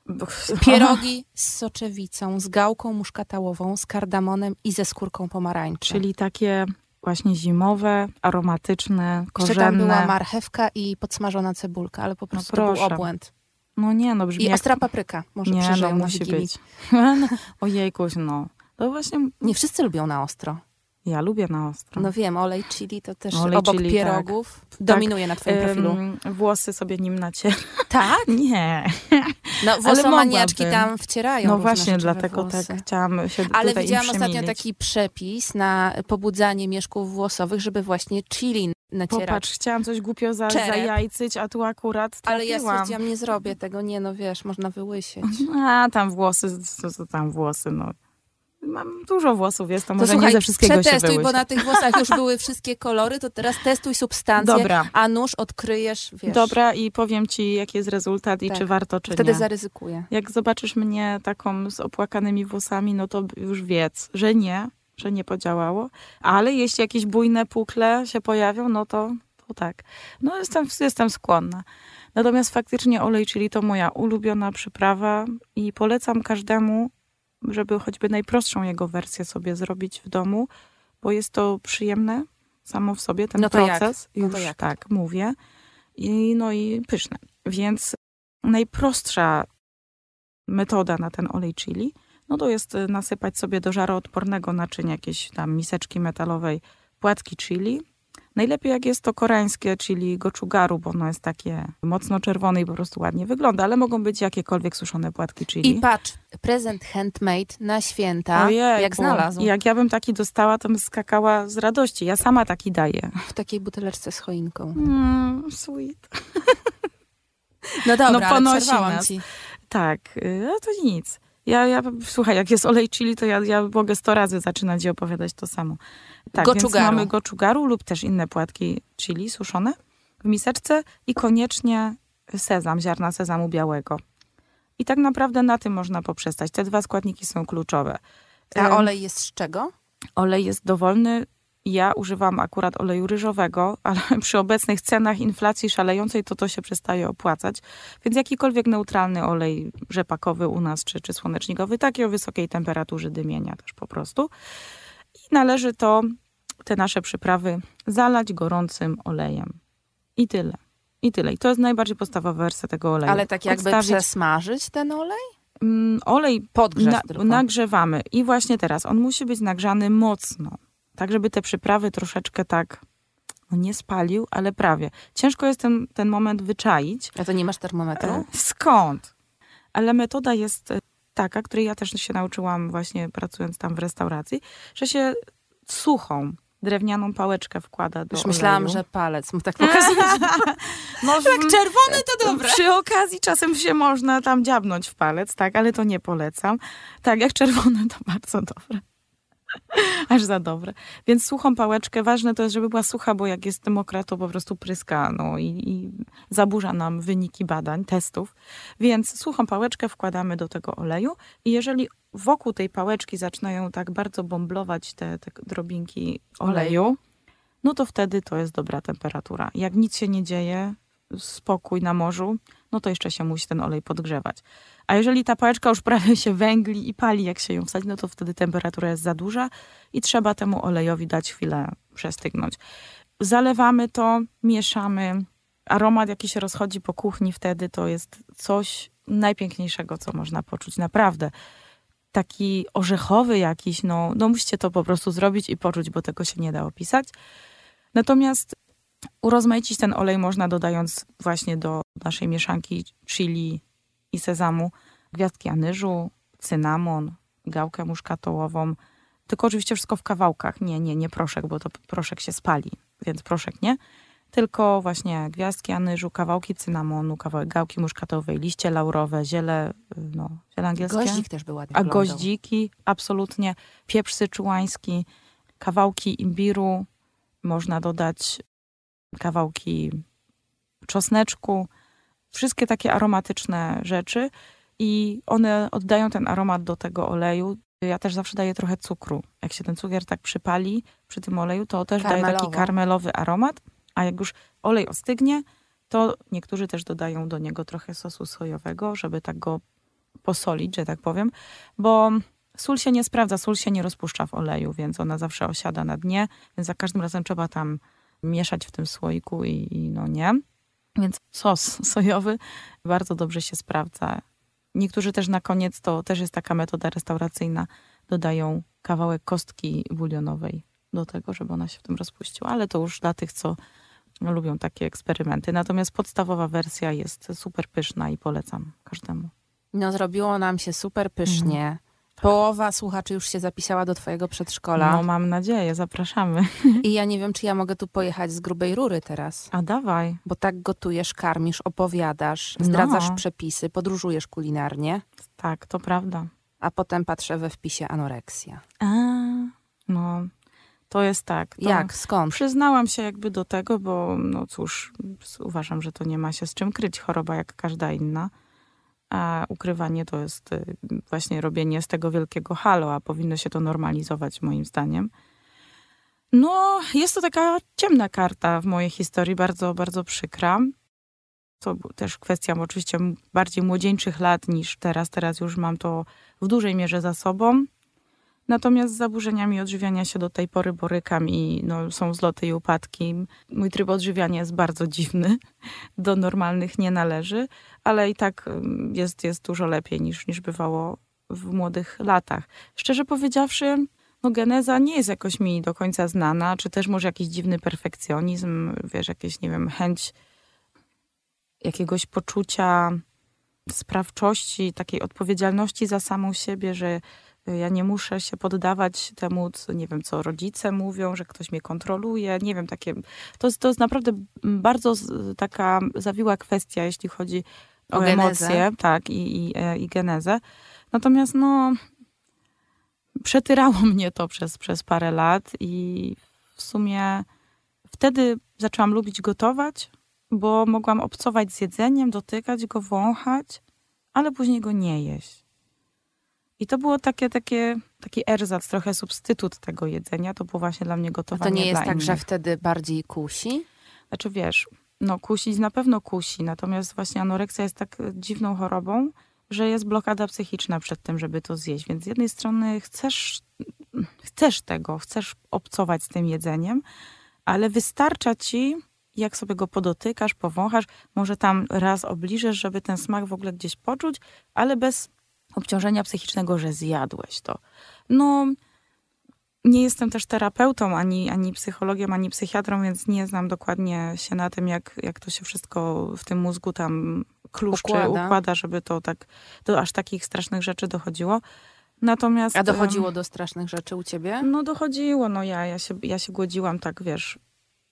Speaker 1: Pierogi z soczewicą, z gałką muszkatałową, z kardamonem i ze skórką pomarańczy.
Speaker 2: Czyli takie właśnie zimowe, aromatyczne, korzenne.
Speaker 1: Jeszcze tam była marchewka i podsmażona cebulka, ale po prostu
Speaker 2: no
Speaker 1: to był obłęd.
Speaker 2: No nie, no brzmi
Speaker 1: I
Speaker 2: jak...
Speaker 1: ostra papryka. Może
Speaker 2: nie,
Speaker 1: przeżyją
Speaker 2: no
Speaker 1: na
Speaker 2: musi
Speaker 1: Wigilii.
Speaker 2: być. Ojejkuś, no. To właśnie...
Speaker 1: Nie wszyscy lubią na ostro.
Speaker 2: Ja lubię na ostro.
Speaker 1: No wiem, olej chili to też
Speaker 2: olej
Speaker 1: obok
Speaker 2: chili,
Speaker 1: pierogów
Speaker 2: tak.
Speaker 1: dominuje
Speaker 2: tak,
Speaker 1: na twoim profilu.
Speaker 2: Ym, włosy sobie nim nacier.
Speaker 1: Tak?
Speaker 2: Nie.
Speaker 1: No włosomaniaczki tam wcierają.
Speaker 2: No właśnie, dlatego tak chciałam się
Speaker 1: Ale
Speaker 2: tutaj
Speaker 1: widziałam
Speaker 2: im
Speaker 1: ostatnio taki przepis na pobudzanie mieszków włosowych, żeby właśnie chili nacierać.
Speaker 2: Popatrz, chciałam coś głupio za, zajajcyć, a tu akurat trafiłam.
Speaker 1: Ale ja stwierdziłam, nie zrobię tego. Nie, no wiesz, można wyłysieć.
Speaker 2: A, tam włosy, co, co tam włosy, no. Mam dużo włosów, jest to, to może
Speaker 1: słuchaj,
Speaker 2: nie ze wszystkiego się
Speaker 1: przetestuj,
Speaker 2: wyłysi.
Speaker 1: Bo na tych włosach już były wszystkie kolory, to teraz testuj substancje,
Speaker 2: Dobra.
Speaker 1: a nuż odkryjesz, wiesz.
Speaker 2: Dobra, i powiem ci, jaki jest rezultat i
Speaker 1: tak.
Speaker 2: czy warto, czy
Speaker 1: Wtedy
Speaker 2: nie.
Speaker 1: zaryzykuję.
Speaker 2: Jak zobaczysz mnie taką z opłakanymi włosami, no to już wiedz, że nie, że nie podziałało. Ale jeśli jakieś bujne pukle się pojawią, no to, to tak. No jestem, jestem skłonna. Natomiast faktycznie olej chili to moja ulubiona przyprawa i polecam każdemu, żeby choćby najprostszą jego wersję sobie zrobić w domu, bo jest to przyjemne samo w sobie, ten
Speaker 1: no
Speaker 2: proces.
Speaker 1: Jak? No
Speaker 2: już
Speaker 1: jak?
Speaker 2: tak mówię. I, no i pyszne. Więc najprostsza metoda na ten olej chili, no to jest nasypać sobie do żaroodpornego naczynia jakiejś tam miseczki metalowej płatki chili. Najlepiej jak jest to koreańskie, czyli gochugaru, bo ono jest takie mocno czerwone i po prostu ładnie wygląda, ale mogą być jakiekolwiek suszone płatki chili.
Speaker 1: I patrz, prezent handmade na święta,
Speaker 2: Ojej,
Speaker 1: jak znalazł.
Speaker 2: Jak ja bym taki dostała, to bym skakała z radości. Ja sama taki daję.
Speaker 1: W takiej buteleczce z choinką.
Speaker 2: Mm, sweet.
Speaker 1: No dobra,
Speaker 2: no,
Speaker 1: ale przerwałam ci.
Speaker 2: Tak, no to nic. Ja, ja, słuchaj, jak jest olej chili, to ja, ja mogę sto razy zaczynać i opowiadać to samo. Tak,
Speaker 1: gochugaru.
Speaker 2: Więc mamy gochugaru lub też inne płatki chili suszone w miseczce i koniecznie sezam, ziarna sezamu białego. I tak naprawdę na tym można poprzestać. Te dwa składniki są kluczowe.
Speaker 1: A olej jest z czego?
Speaker 2: Olej jest dowolny. Ja używam akurat oleju ryżowego, ale przy obecnych cenach inflacji szalejącej to to się przestaje opłacać. Więc jakikolwiek neutralny olej rzepakowy u nas, czy, czy słonecznikowy, taki o wysokiej temperaturze dymienia też po prostu. I należy to, te nasze przyprawy, zalać gorącym olejem. I tyle. I tyle. I to jest najbardziej podstawowa wersja tego oleju.
Speaker 1: Ale tak jakby
Speaker 2: Odstawić...
Speaker 1: przesmażyć ten olej?
Speaker 2: Mm, olej
Speaker 1: Podgrzać
Speaker 2: na,
Speaker 1: tylko.
Speaker 2: nagrzewamy. I właśnie teraz on musi być nagrzany mocno. Tak, żeby te przyprawy troszeczkę tak, no nie spalił, ale prawie. Ciężko jest ten, ten moment wyczaić.
Speaker 1: A to nie masz termometru?
Speaker 2: E, skąd? Ale metoda jest taka, której ja też się nauczyłam właśnie pracując tam w restauracji, że się suchą, drewnianą pałeczkę wkłada do
Speaker 1: Już
Speaker 2: oleju.
Speaker 1: myślałam, że palec mu tak pokazuje.
Speaker 2: No,
Speaker 1: jak czerwony to dobre.
Speaker 2: Przy okazji czasem się można tam dziabnąć w palec, tak, ale to nie polecam. Tak, jak czerwone to bardzo dobre. Aż za dobre. Więc suchą pałeczkę, ważne to jest, żeby była sucha, bo jak jest mokra, to po prostu pryska, no i, i zaburza nam wyniki badań, testów. Więc suchą pałeczkę wkładamy do tego oleju i jeżeli wokół tej pałeczki zaczynają tak bardzo bąblować te, te drobinki oleju, no to wtedy to jest dobra temperatura. Jak nic się nie dzieje, spokój na morzu, no to jeszcze się musi ten olej podgrzewać. A jeżeli ta pałeczka już prawie się węgli i pali, jak się ją wsadzi, no to wtedy temperatura jest za duża i trzeba temu olejowi dać chwilę przestygnąć. Zalewamy to, mieszamy. Aromat, jaki się rozchodzi po kuchni wtedy, to jest coś najpiękniejszego, co można poczuć. Naprawdę. Taki orzechowy jakiś, no, no musicie to po prostu zrobić i poczuć, bo tego się nie da opisać. Natomiast urozmaicić ten olej można dodając właśnie do naszej mieszanki chili i sezamu gwiazdki anyżu, cynamon, gałkę muszkatołową, Tylko oczywiście wszystko w kawałkach. Nie, nie, nie proszek, bo to proszek się spali, więc proszek nie. Tylko właśnie gwiazdki anyżu, kawałki cynamonu, kawałek gałki muszkatowej, liście laurowe, ziele, no, ziele angielskie.
Speaker 1: Goździk też był ładnie
Speaker 2: A
Speaker 1: wyglądał.
Speaker 2: goździki, absolutnie. Pieprz syczuański, kawałki imbiru. Można dodać kawałki czosneczku. Wszystkie takie aromatyczne rzeczy. I one oddają ten aromat do tego oleju. Ja też zawsze daję trochę cukru. Jak się ten cukier tak przypali przy tym oleju, to też daje taki karmelowy aromat. A jak już olej ostygnie, to niektórzy też dodają do niego trochę sosu sojowego, żeby tak go posolić, że tak powiem. Bo sól się nie sprawdza, sól się nie rozpuszcza w oleju, więc ona zawsze osiada na dnie. Więc za każdym razem trzeba tam mieszać w tym słoiku i, i no nie. Więc sos sojowy bardzo dobrze się sprawdza. Niektórzy też na koniec, to też jest taka metoda restauracyjna, dodają kawałek kostki bulionowej do tego, żeby ona się w tym rozpuściła, ale to już dla tych, co lubią takie eksperymenty. Natomiast podstawowa wersja jest super pyszna i polecam każdemu.
Speaker 1: No zrobiło nam się super pysznie. Mm. Połowa słuchaczy już się zapisała do twojego przedszkola.
Speaker 2: No mam nadzieję, zapraszamy.
Speaker 1: I ja nie wiem, czy ja mogę tu pojechać z grubej rury teraz.
Speaker 2: A dawaj.
Speaker 1: Bo tak gotujesz, karmisz, opowiadasz, zdradzasz
Speaker 2: no.
Speaker 1: przepisy, podróżujesz kulinarnie.
Speaker 2: Tak, to prawda.
Speaker 1: A potem patrzę we wpisie anoreksja.
Speaker 2: A, no... To jest tak. To
Speaker 1: Jak? Skąd?
Speaker 2: Przyznałam się jakby do tego, bo no cóż, uważam, że to nie ma się z czym kryć. Choroba jak każda inna. A ukrywanie to jest właśnie robienie z tego wielkiego halo, a powinno się to normalizować moim zdaniem. No, jest to taka ciemna karta w mojej historii, bardzo, bardzo przykra. To też kwestia oczywiście bardziej młodzieńczych lat niż teraz. Teraz już mam to w dużej mierze za sobą. Natomiast z zaburzeniami odżywiania się do tej pory borykam i no, są zloty i upadki. Mój tryb odżywiania jest bardzo dziwny, do normalnych nie należy, ale i tak jest, jest dużo lepiej niż, niż bywało w młodych latach. Szczerze powiedziawszy, no geneza nie jest jakoś mi do końca znana, czy też może jakiś dziwny perfekcjonizm, wiesz, jakieś, nie wiem, chęć jakiegoś poczucia sprawczości, takiej odpowiedzialności za samą siebie, że ja nie muszę się poddawać temu, co, nie wiem, co rodzice mówią, że ktoś mnie kontroluje. Nie wiem, takie... To jest, to jest naprawdę bardzo taka zawiła kwestia, jeśli chodzi o, o emocje, tak, i, i, i genezę. Natomiast no przetyrało mnie to przez, przez parę lat i w sumie wtedy zaczęłam lubić gotować, bo mogłam obcować z jedzeniem, dotykać go, wąchać, ale później go nie jeść. I to było takie, takie, taki erzac, trochę substytut tego jedzenia. To było właśnie dla mnie gotowanie dla
Speaker 1: innych. A to nie jest tak,
Speaker 2: innych.
Speaker 1: że wtedy bardziej kusi?
Speaker 2: Znaczy wiesz, no kusić na pewno kusi, natomiast właśnie anoreksja jest tak dziwną chorobą, że jest blokada psychiczna przed tym, żeby to zjeść. Więc z jednej strony chcesz, chcesz tego, chcesz obcować z tym jedzeniem, ale wystarcza ci, jak sobie go podotykasz, powąchasz, może tam raz obliżesz, żeby ten smak w ogóle gdzieś poczuć, ale bez obciążenia psychicznego, że zjadłeś to. No, nie jestem też terapeutą, ani, ani psychologiem, ani psychiatrą, więc nie znam dokładnie się na tym, jak, jak to się wszystko w tym mózgu tam kluszczy, układa, układa żeby to tak, do aż takich strasznych rzeczy dochodziło. Natomiast...
Speaker 1: A dochodziło do strasznych rzeczy u ciebie?
Speaker 2: No dochodziło, no ja, ja, się, ja się głodziłam tak, wiesz...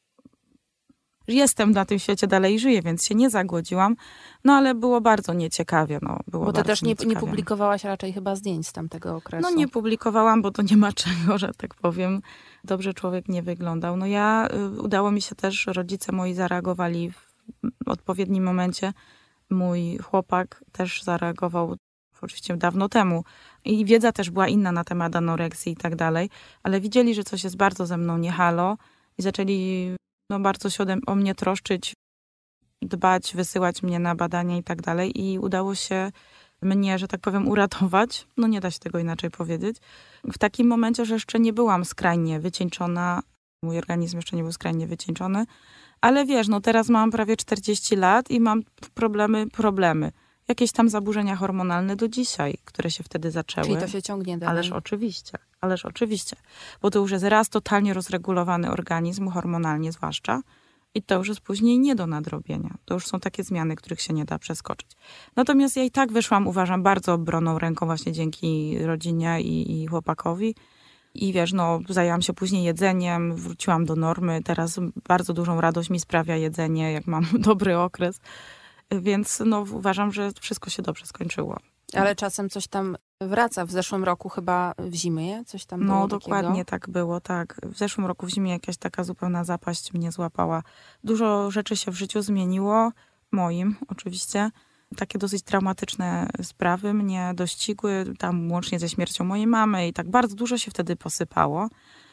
Speaker 2: Jestem na tym świecie, dalej i żyję, więc się nie zagłodziłam. No ale było bardzo nieciekawie. No, było
Speaker 1: bo ty
Speaker 2: bardzo
Speaker 1: też nie,
Speaker 2: nieciekawie.
Speaker 1: nie publikowałaś raczej chyba zdjęć z tamtego okresu.
Speaker 2: No nie publikowałam, bo to nie ma czego, że tak powiem. Dobrze człowiek nie wyglądał. No ja, y, udało mi się też, rodzice moi zareagowali w odpowiednim momencie. Mój chłopak też zareagował oczywiście dawno temu. I wiedza też była inna na temat anoreksji i tak dalej. Ale widzieli, że coś jest bardzo ze mną nie halo i zaczęli... no bardzo się ode, o mnie troszczyć, dbać, wysyłać mnie na badania i tak dalej. I udało się mnie, że tak powiem, uratować. No nie da się tego inaczej powiedzieć. W takim momencie, że jeszcze nie byłam skrajnie wycieńczona. Mój organizm jeszcze nie był skrajnie wycieńczony. Ale wiesz, no teraz mam prawie czterdzieści lat i mam problemy, problemy. Jakieś tam zaburzenia hormonalne do dzisiaj, które się wtedy zaczęły.
Speaker 1: Czyli to się ciągnie dalej.
Speaker 2: Ależ oczywiście, ależ oczywiście. Bo to już jest raz totalnie rozregulowany organizm, hormonalnie zwłaszcza. I to już jest później nie do nadrobienia. To już są takie zmiany, których się nie da przeskoczyć. Natomiast ja i tak wyszłam, uważam, bardzo obronną ręką właśnie dzięki rodzinie i, i chłopakowi. I wiesz, no zajęłam się później jedzeniem, wróciłam do normy. Teraz bardzo dużą radość mi sprawia jedzenie, jak mam dobry okres. Więc no uważam, że wszystko się dobrze skończyło.
Speaker 1: Ale czasem coś tam wraca. W zeszłym roku chyba w zimie coś tam było
Speaker 2: No
Speaker 1: takiego?
Speaker 2: dokładnie tak było, tak. W zeszłym roku w zimie jakaś taka zupełna zapaść mnie złapała. Dużo rzeczy się w życiu zmieniło, moim oczywiście. Takie dosyć traumatyczne sprawy mnie dościgły, tam łącznie ze śmiercią mojej mamy i tak bardzo dużo się wtedy posypało.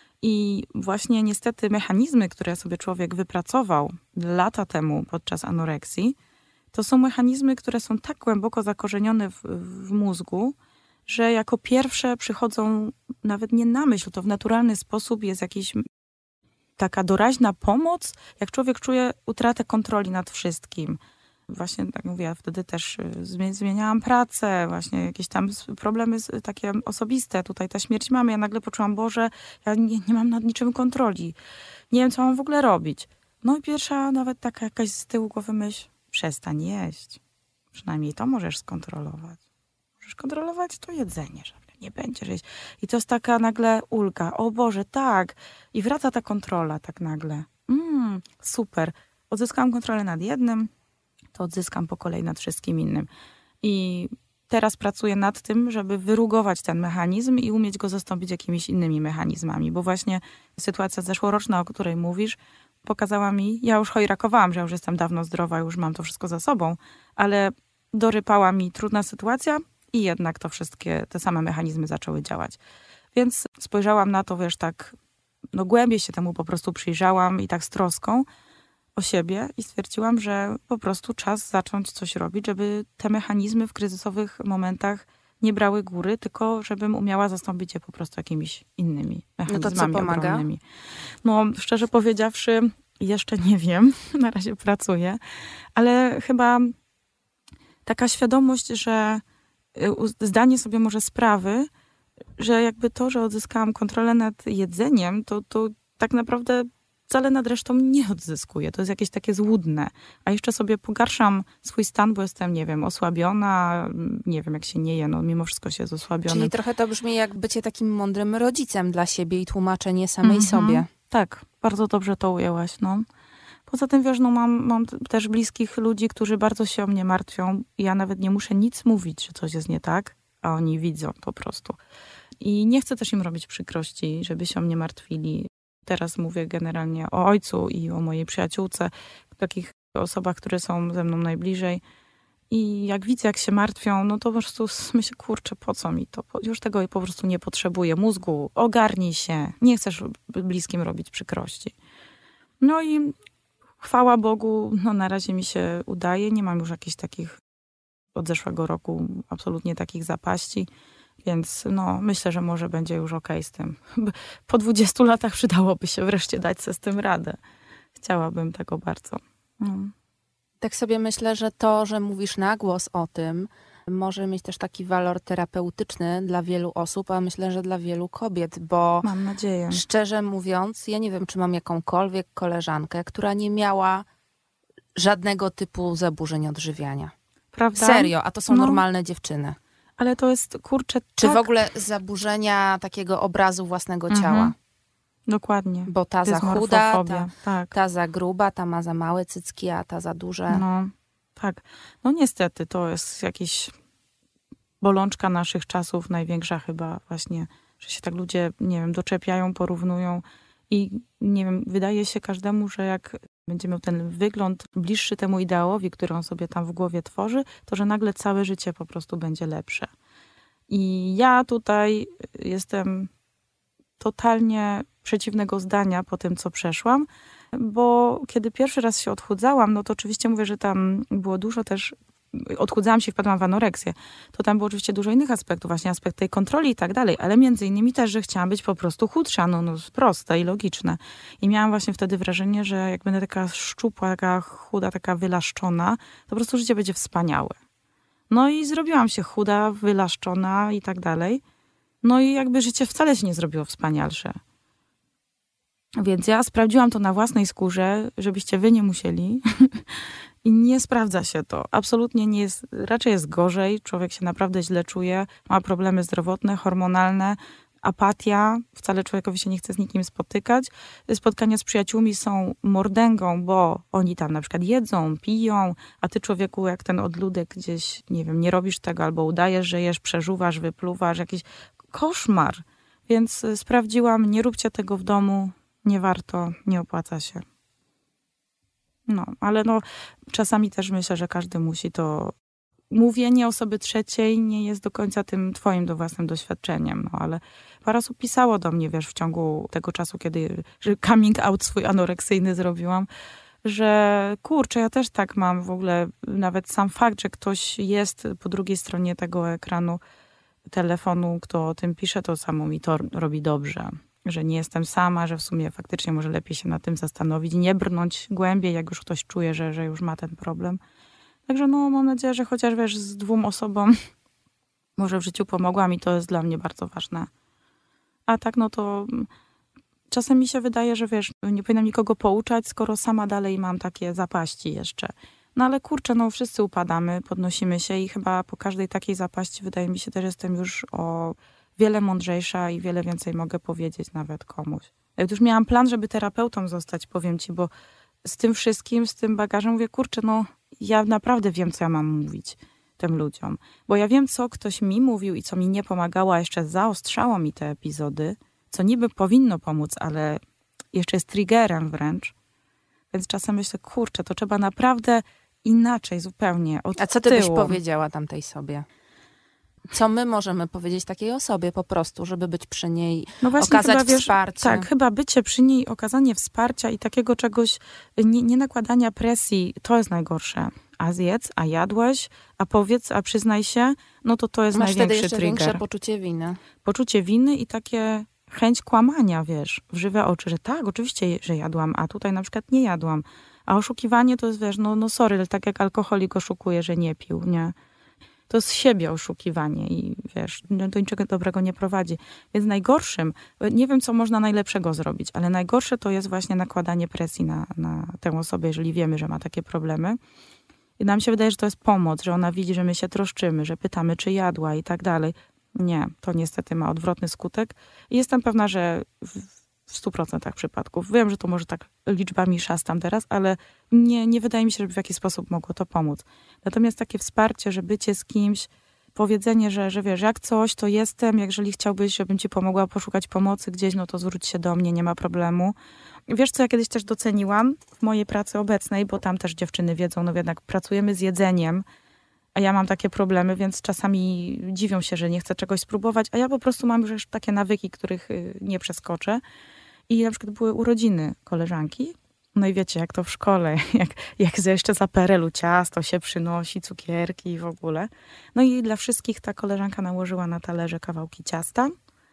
Speaker 2: I właśnie niestety mechanizmy, które sobie człowiek wypracował lata temu podczas anoreksji, to są mechanizmy, które są tak głęboko zakorzenione w, w mózgu, że jako pierwsze przychodzą nawet nie na myśl, to w naturalny sposób jest jakaś taka doraźna pomoc, jak człowiek czuje utratę kontroli nad wszystkim. Właśnie, tak mówię, ja wtedy też zmieniałam pracę, właśnie jakieś tam problemy takie osobiste. Tutaj ta śmierć mamy, ja nagle poczułam, Boże, ja nie, nie mam nad niczym kontroli. Nie wiem, co mam w ogóle robić. No i pierwsza nawet taka jakaś z tyłu głowy myśl, przestań jeść. Przynajmniej to możesz skontrolować. Możesz kontrolować to jedzenie, że nie będziesz jeść. I to jest taka nagle ulga. O Boże, tak. I wraca ta kontrola tak nagle. Mm, super. Odzyskałam kontrolę nad jednym, to odzyskam po kolei nad wszystkim innym. I teraz pracuję nad tym, żeby wyrugować ten mechanizm i umieć go zastąpić jakimiś innymi mechanizmami. Bo właśnie sytuacja zeszłoroczna, o której mówisz, pokazała mi, ja już chojrakowałam, że ja już jestem dawno zdrowa, już mam to wszystko za sobą, ale dorypała mi trudna sytuacja i jednak to wszystkie, te same mechanizmy zaczęły działać. Więc spojrzałam na to, wiesz, tak, no głębiej się temu po prostu przyjrzałam i tak z troską o siebie i stwierdziłam, że po prostu czas zacząć coś robić, żeby te mechanizmy w kryzysowych momentach nie brały góry, tylko żebym umiała zastąpić je po prostu jakimiś innymi mechanizmami.
Speaker 1: No to co pomaga?
Speaker 2: Ogromnymi. No, szczerze powiedziawszy, jeszcze nie wiem, na razie pracuję, ale chyba taka świadomość, że zdanie sobie może sprawy, że jakby to, że odzyskałam kontrolę nad jedzeniem, to, to tak naprawdę wcale nad resztą nie odzyskuję. To jest jakieś takie złudne. A jeszcze sobie pogarszam swój stan, bo jestem, nie wiem, osłabiona, nie wiem, jak się nie je, no mimo wszystko się jest osłabiony.
Speaker 1: Czyli trochę to brzmi jak bycie takim mądrym rodzicem dla siebie i tłumaczenie samej
Speaker 2: Mhm.
Speaker 1: sobie.
Speaker 2: Tak, bardzo dobrze to ujęłaś, no. Poza tym, wiesz, no mam, mam też bliskich ludzi, którzy bardzo się o mnie martwią. Ja nawet nie muszę nic mówić, że coś jest nie tak, a oni widzą po prostu. I nie chcę też im robić przykrości, żeby się o mnie martwili. Teraz mówię generalnie o ojcu i o mojej przyjaciółce, takich osobach, które są ze mną najbliżej. I jak widzę, jak się martwią, no to po prostu myślę, kurczę, po co mi to? Już tego po prostu nie potrzebuję. Mózgu, ogarnij się. Nie chcesz bliskim robić przykrości. No i chwała Bogu, no na razie mi się udaje. Nie mam już jakichś takich od zeszłego roku absolutnie takich zapaści. Więc no, myślę, że może będzie już okej z tym. Po dwudziestu latach przydałoby się wreszcie dać sobie z tym radę. Chciałabym tego bardzo. No.
Speaker 1: Tak sobie myślę, że to, że mówisz na głos o tym, może mieć też taki walor terapeutyczny dla wielu osób, a myślę, że dla wielu kobiet, bo
Speaker 2: mam nadzieję.
Speaker 1: Szczerze mówiąc, ja nie wiem, czy mam jakąkolwiek koleżankę, która nie miała żadnego typu zaburzeń odżywiania.
Speaker 2: Prawda?
Speaker 1: Serio, a to są
Speaker 2: No.
Speaker 1: normalne dziewczyny.
Speaker 2: Ale to jest, kurczę,
Speaker 1: Czy
Speaker 2: tak...
Speaker 1: w ogóle zaburzenia takiego obrazu własnego
Speaker 2: Mhm.
Speaker 1: ciała?
Speaker 2: Dokładnie.
Speaker 1: Bo ta za chuda,
Speaker 2: Dysmorfofobia,
Speaker 1: ta,
Speaker 2: tak.
Speaker 1: ta za gruba, ta ma za małe cycki, a ta za duże.
Speaker 2: No, tak. No niestety, to jest jakaś bolączka naszych czasów, największa chyba właśnie, że się tak ludzie, nie wiem, doczepiają, porównują i nie wiem, wydaje się każdemu, że jak będzie miał ten wygląd bliższy temu ideałowi, który on sobie tam w głowie tworzy, to że nagle całe życie po prostu będzie lepsze. I ja tutaj jestem totalnie przeciwnego zdania po tym, co przeszłam, bo kiedy pierwszy raz się odchudzałam, no to oczywiście mówię, że tam było dużo też, odchudzałam się i wpadłam w anoreksję, to tam było oczywiście dużo innych aspektów, właśnie aspekt tej kontroli i tak dalej, ale między innymi też, że chciałam być po prostu chudsza, no, no proste i logiczne. I miałam właśnie wtedy wrażenie, że jak będę taka szczupła, taka chuda, taka wylaszczona, to po prostu życie będzie wspaniałe. No i zrobiłam się chuda, wylaszczona i tak dalej. No i jakby życie wcale się nie zrobiło wspanialsze. Więc ja sprawdziłam to na własnej skórze, żebyście wy nie musieli. I nie sprawdza się to. Absolutnie nie jest, raczej jest gorzej. Człowiek się naprawdę źle czuje, ma problemy zdrowotne, hormonalne, apatia, wcale człowiekowi się nie chce z nikim spotykać. Spotkania z przyjaciółmi są mordęgą, bo oni tam na przykład jedzą, piją, a ty człowieku jak ten odludek gdzieś, nie wiem, nie robisz tego albo udajesz, że jesz, przeżuwasz, wypluwasz, jakiś koszmar. Więc sprawdziłam, nie róbcie tego w domu, nie warto, nie opłaca się. No, ale no czasami też myślę, że każdy musi to... Mówienie osoby trzeciej nie jest do końca tym twoim do własnym doświadczeniem, no ale parę osób pisało do mnie, wiesz, w ciągu tego czasu, kiedy że coming out swój anoreksyjny zrobiłam, że kurczę, ja też tak mam w ogóle, nawet sam fakt, że ktoś jest po drugiej stronie tego ekranu telefonu, kto o tym pisze, to samo mi to robi dobrze. Że nie jestem sama, że w sumie faktycznie może lepiej się nad tym zastanowić, nie brnąć głębiej, jak już ktoś czuje, że, że już ma ten problem. Także no mam nadzieję, że chociaż wiesz, z dwóm osobom może w życiu pomogłam i to jest dla mnie bardzo ważne. A tak no to czasem mi się wydaje, że wiesz, nie powinnam nikogo pouczać, skoro sama dalej mam takie zapaści jeszcze. No ale kurczę, no wszyscy upadamy, podnosimy się i chyba po każdej takiej zapaści wydaje mi się też jestem już o wiele mądrzejsza i wiele więcej mogę powiedzieć nawet komuś. Jak już miałam plan, żeby terapeutą zostać, powiem ci, bo z tym wszystkim, z tym bagażem mówię, kurczę, no ja naprawdę wiem, co ja mam mówić tym ludziom. Bo ja wiem, co ktoś mi mówił i co mi nie pomagało, a jeszcze zaostrzało mi te epizody, co niby powinno pomóc, ale jeszcze jest triggerem wręcz. Więc czasem myślę, kurczę, to trzeba naprawdę inaczej zupełnie od
Speaker 1: A co ty
Speaker 2: tyłu.
Speaker 1: byś powiedziała tamtej sobie? Co my możemy powiedzieć takiej osobie po prostu, żeby być przy niej, no właśnie, okazać chyba, wiesz, wsparcie?
Speaker 2: Tak, chyba bycie przy niej, okazanie wsparcia i takiego czegoś, nie, nie nakładania presji, to jest najgorsze. A zjedz, a jadłeś, a powiedz, a przyznaj się, no to to jest
Speaker 1: Masz
Speaker 2: największy
Speaker 1: wtedy jeszcze
Speaker 2: trigger.
Speaker 1: większe poczucie winy.
Speaker 2: Poczucie winy i takie chęć kłamania, wiesz, w żywe oczy, że tak, oczywiście, że jadłam, a tutaj na przykład nie jadłam. A oszukiwanie to jest, wiesz, no, no sorry, ale tak jak alkoholik oszukuje, że nie pił, nie? To jest siebie oszukiwanie i wiesz, do niczego dobrego nie prowadzi. Więc najgorszym, nie wiem, co można najlepszego zrobić, ale najgorsze to jest właśnie nakładanie presji na, na tę osobę, jeżeli wiemy, że ma takie problemy. I nam się wydaje, że to jest pomoc, że ona widzi, że my się troszczymy, że pytamy, czy jadła i tak dalej. Nie, to niestety ma odwrotny skutek. I jestem pewna, że w, w stu procentach przypadków. Wiem, że to może tak liczbami szastam teraz, ale nie, nie wydaje mi się, żeby w jakiś sposób mogło to pomóc. Natomiast takie wsparcie, że bycie z kimś, powiedzenie, że, że wiesz, jak coś, to jestem, jeżeli chciałbyś, żebym ci pomogła poszukać pomocy gdzieś, no to zwróć się do mnie, nie ma problemu. Wiesz, co ja kiedyś też doceniłam w mojej pracy obecnej, bo tam też dziewczyny wiedzą, no jednak pracujemy z jedzeniem, a ja mam takie problemy, więc czasami dziwią się, że nie chcę czegoś spróbować, a ja po prostu mam już takie nawyki, których nie przeskoczę. I na przykład były urodziny koleżanki. No i wiecie, jak to w szkole, jak, jak jeszcze za perelu ciasto się przynosi, cukierki i w ogóle. No i dla wszystkich ta koleżanka nałożyła na talerze kawałki ciasta,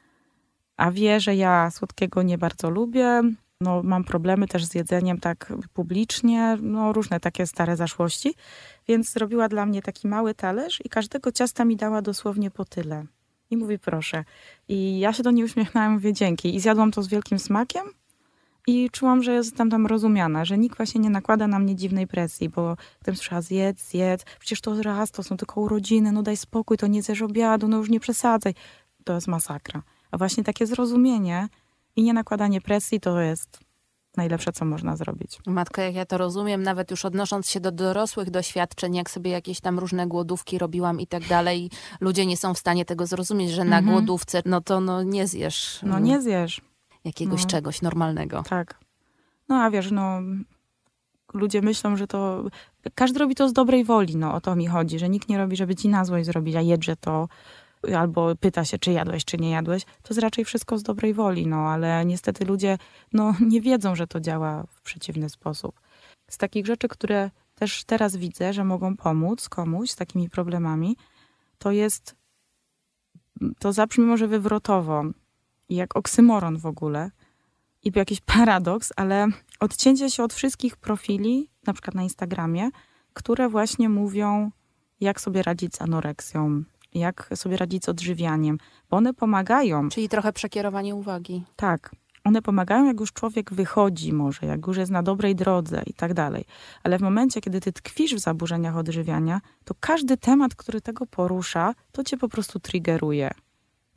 Speaker 2: a wie, że ja słodkiego nie bardzo lubię. No mam problemy też z jedzeniem tak publicznie, no różne takie stare zaszłości. Więc zrobiła dla mnie taki mały talerz i każdego ciasta mi dała dosłownie po tyle. I mówi, proszę. I ja się do niej uśmiechnęłam, mówię, dzięki. I zjadłam to z wielkim smakiem i czułam, że jestem tam rozumiana, że nikt właśnie nie nakłada na mnie dziwnej presji, bo potem słyszała, zjedz, zjedz, przecież to raz, to są tylko urodziny, no daj spokój, to nie zjesz obiadu, no już nie przesadzaj. To jest masakra. A właśnie takie zrozumienie i nie nakładanie presji to jest najlepsze, co można zrobić.
Speaker 1: Matko, jak ja to rozumiem, nawet już odnosząc się do dorosłych doświadczeń, jak sobie jakieś tam różne głodówki robiłam i tak dalej, ludzie nie są w stanie tego zrozumieć, że na mhm. głodówce, no to no nie zjesz.
Speaker 2: No nie zjesz.
Speaker 1: Jakiegoś
Speaker 2: no.
Speaker 1: czegoś normalnego.
Speaker 2: Tak. No a wiesz, no ludzie myślą, że to... Każdy robi to z dobrej woli, no o to mi chodzi, że nikt nie robi, żeby ci na złość zrobić, a jedże to... albo pyta się, czy jadłeś, czy nie jadłeś, to jest raczej wszystko z dobrej woli, no ale niestety ludzie no, nie wiedzą, że to działa w przeciwny sposób. Z takich rzeczy, które też teraz widzę, że mogą pomóc komuś z takimi problemami, to jest, to zabrzmi może wywrotowo, jak oksymoron w ogóle i jakiś paradoks, ale odcięcie się od wszystkich profili, na przykład na Instagramie, które właśnie mówią, jak sobie radzić z anoreksją, jak sobie radzić z odżywianiem, bo one pomagają.
Speaker 1: Czyli trochę przekierowanie uwagi.
Speaker 2: Tak. One pomagają, jak już człowiek wychodzi może, jak już jest na dobrej drodze i tak dalej. Ale w momencie, kiedy ty tkwisz w zaburzeniach odżywiania, to każdy temat, który tego porusza, to cię po prostu triggeruje.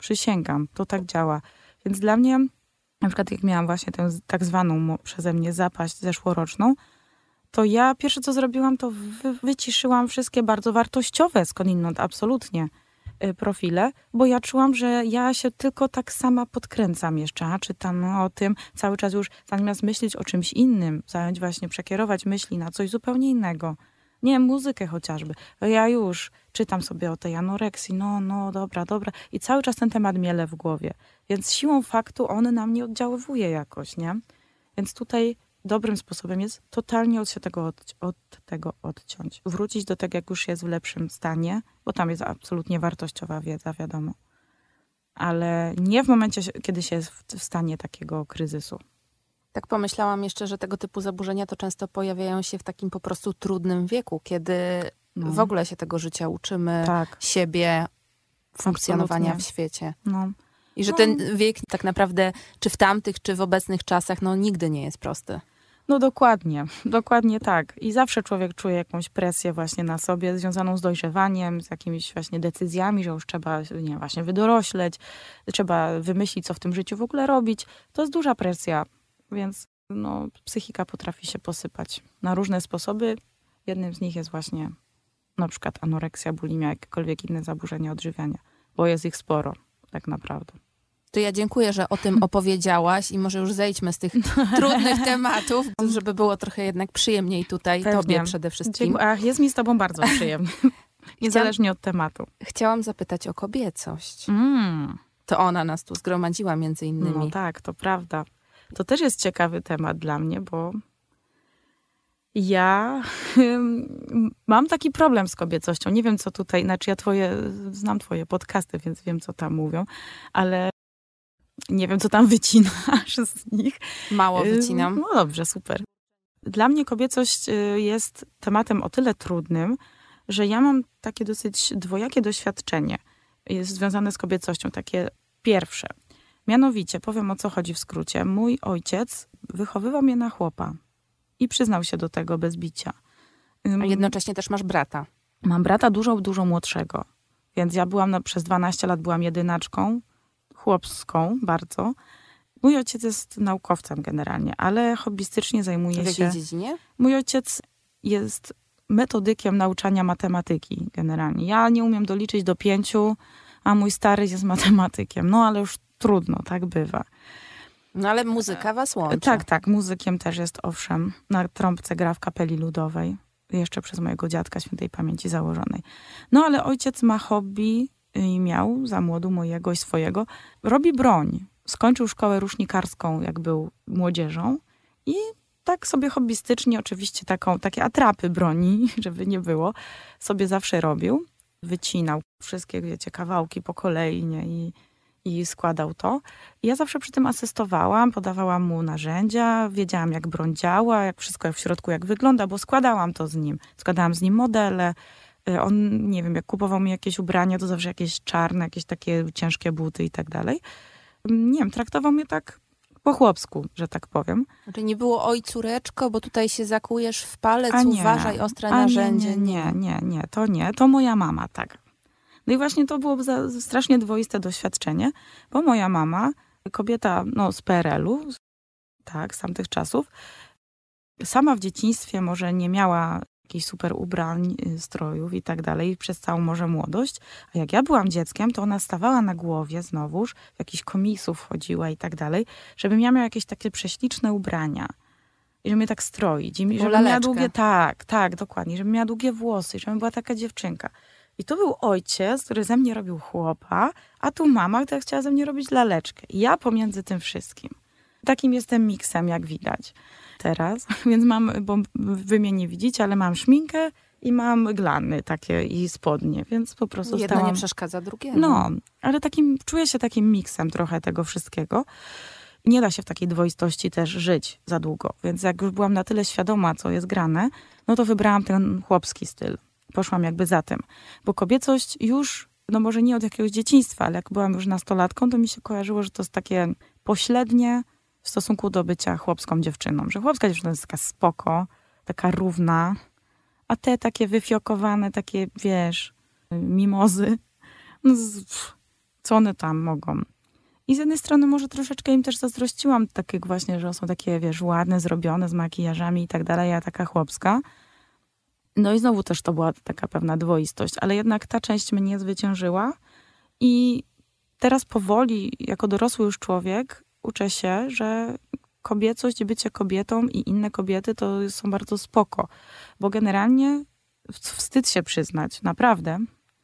Speaker 2: Przysięgam, to tak działa. Więc dla mnie, na przykład jak miałam właśnie tę tak zwaną przeze mnie zapaść zeszłoroczną, to ja pierwsze co zrobiłam, to wy, wyciszyłam wszystkie bardzo wartościowe skądinąd absolutnie profile, bo ja czułam, że ja się tylko tak sama podkręcam jeszcze, a czytam o tym cały czas już, zamiast myśleć o czymś innym, zająć właśnie, przekierować myśli na coś zupełnie innego. Nie wiem, muzykę chociażby. Ja już czytam sobie o tej anoreksji, no, no, dobra, dobra. I cały czas ten temat miele w głowie. Więc siłą faktu on na mnie oddziaływuje jakoś, nie? Więc tutaj dobrym sposobem jest totalnie od się tego, od, od tego odciąć. Wrócić do tego, jak już jest w lepszym stanie, bo tam jest absolutnie wartościowa wiedza, wiadomo. Ale nie w momencie, kiedy się jest w, w stanie takiego kryzysu.
Speaker 1: Tak pomyślałam jeszcze, że tego typu zaburzenia to często pojawiają się w takim po prostu trudnym wieku, kiedy no. w ogóle się tego życia uczymy, tak. siebie, funkcjonowania Absolutnie. w świecie.
Speaker 2: No.
Speaker 1: I że
Speaker 2: no.
Speaker 1: ten wiek tak naprawdę, czy w tamtych, czy w obecnych czasach, no nigdy nie jest prosty.
Speaker 2: No dokładnie, dokładnie tak. I zawsze człowiek czuje jakąś presję właśnie na sobie, związaną z dojrzewaniem, z jakimiś właśnie decyzjami, że już trzeba, nie właśnie wydorośleć, trzeba wymyślić, co w tym życiu w ogóle robić. To jest duża presja, więc no, psychika potrafi się posypać na różne sposoby. Jednym z nich jest właśnie na przykład anoreksja, bulimia, jakiekolwiek inne zaburzenia odżywiania, bo jest ich sporo tak naprawdę.
Speaker 1: To ja dziękuję, że o tym opowiedziałaś i może już zejdźmy z tych trudnych tematów, żeby było trochę jednak przyjemniej tutaj, Pewnie. tobie przede wszystkim.
Speaker 2: Dziękuję. Ach, jest mi z tobą bardzo przyjemnie. Niezależnie od tematu.
Speaker 1: Chciałam zapytać o kobiecość.
Speaker 2: Mm.
Speaker 1: To ona nas tu zgromadziła między innymi.
Speaker 2: No tak, to prawda. To też jest ciekawy temat dla mnie, bo ja mam taki problem z kobiecością. Nie wiem, co tutaj, znaczy ja twoje, znam twoje podcasty, więc wiem, co tam mówią, ale nie wiem, co tam wycinasz z nich.
Speaker 1: Mało wycinam.
Speaker 2: No dobrze, super. Dla mnie kobiecość jest tematem o tyle trudnym, że ja mam takie dosyć dwojakie doświadczenie. Jest związane z kobiecością. Takie pierwsze. Mianowicie, powiem o co chodzi w skrócie. Mój ojciec wychowywał mnie na chłopa. I przyznał się do tego bez bicia.
Speaker 1: A jednocześnie też masz brata.
Speaker 2: Mam brata dużo, dużo młodszego. Więc ja byłam, no, przez dwanaście lat byłam jedynaczką. Chłopską bardzo. Mój ojciec jest naukowcem generalnie, ale hobbystycznie zajmuje
Speaker 1: w
Speaker 2: się...
Speaker 1: W jakiej dziedzinie?
Speaker 2: Mój ojciec jest metodykiem nauczania matematyki generalnie. Ja nie umiem doliczyć do pięciu, a mój stary jest matematykiem. No ale już trudno, tak bywa.
Speaker 1: No ale muzyka was łączy.
Speaker 2: Tak, tak. Muzykiem też jest, owszem. Na trąbce gra w kapeli ludowej. Jeszcze przez mojego dziadka świętej pamięci założonej. No ale ojciec ma hobby i miał za młodu mojego i swojego. Robi broń. Skończył szkołę rusznikarską, jak był młodzieżą. I tak sobie hobbystycznie, oczywiście taką, takie atrapy broni, żeby nie było, sobie zawsze robił. Wycinał wszystkie, wiecie, kawałki po kolei, nie? I i składał to. I ja zawsze przy tym asystowałam, podawałam mu narzędzia, wiedziałam jak broń działa, jak wszystko w środku jak wygląda, bo składałam to z nim. Składałam z nim modele. On, nie wiem, jak kupował mi jakieś ubrania, to zawsze jakieś czarne, jakieś takie ciężkie buty i tak dalej. Nie wiem, traktował mnie tak po chłopsku, że tak powiem.
Speaker 1: Znaczy nie było oj córeczko, bo tutaj się zakujesz w palec,
Speaker 2: A nie,
Speaker 1: uważaj, ostre
Speaker 2: a
Speaker 1: narzędzie.
Speaker 2: Nie, nie, nie, nie, to nie. To moja mama, tak. No i właśnie to było za, strasznie dwoiste doświadczenie, bo moja mama, kobieta no, z P R L-u, tak, z tamtych czasów, sama w dzieciństwie może nie miała jakichś super ubrań, strojów i tak dalej przez całą może młodość, a jak ja byłam dzieckiem, to ona stawała na głowie znowuż, w jakichś komisów chodziła i tak dalej, żebym ja miała jakieś takie prześliczne ubrania. I żeby mnie tak stroić. I żeby miała długie, tak, tak, dokładnie, żeby miała długie włosy, żebym była taka dziewczynka. I tu był ojciec, który ze mnie robił chłopa, a tu mama, która chciała ze mnie robić laleczkę. I ja pomiędzy tym wszystkim. Takim jestem miksem, jak widać teraz. Więc mam, bo wy mnie nie widzicie, ale mam szminkę i mam glany takie i spodnie, więc po prostu
Speaker 1: jedno
Speaker 2: stałam...
Speaker 1: nie przeszkadza drugiemu.
Speaker 2: No, ale takim, czuję się takim miksem trochę tego wszystkiego. Nie da się w takiej dwoistości też żyć za długo. Więc jak już byłam na tyle świadoma, co jest grane, no to wybrałam ten chłopski styl. Poszłam jakby za tym. Bo kobiecość już, no może nie od jakiegoś dzieciństwa, ale jak byłam już nastolatką, to mi się kojarzyło, że to jest takie pośrednie w stosunku do bycia chłopską dziewczyną. Że chłopska dziewczyna jest taka spoko, taka równa, a te takie wyfiokowane, takie, wiesz, mimozy, no, pff, co one tam mogą. I z jednej strony może troszeczkę im też zazdrościłam takiego właśnie, że są takie, wiesz, ładne, zrobione z makijażami i tak dalej, ja taka chłopska. No i znowu też to była taka pewna dwoistość, ale jednak ta część mnie zwyciężyła i teraz powoli, jako dorosły już człowiek, uczę się, że kobiecość, bycie kobietą i inne kobiety to są bardzo spoko, bo generalnie wstyd się przyznać, naprawdę.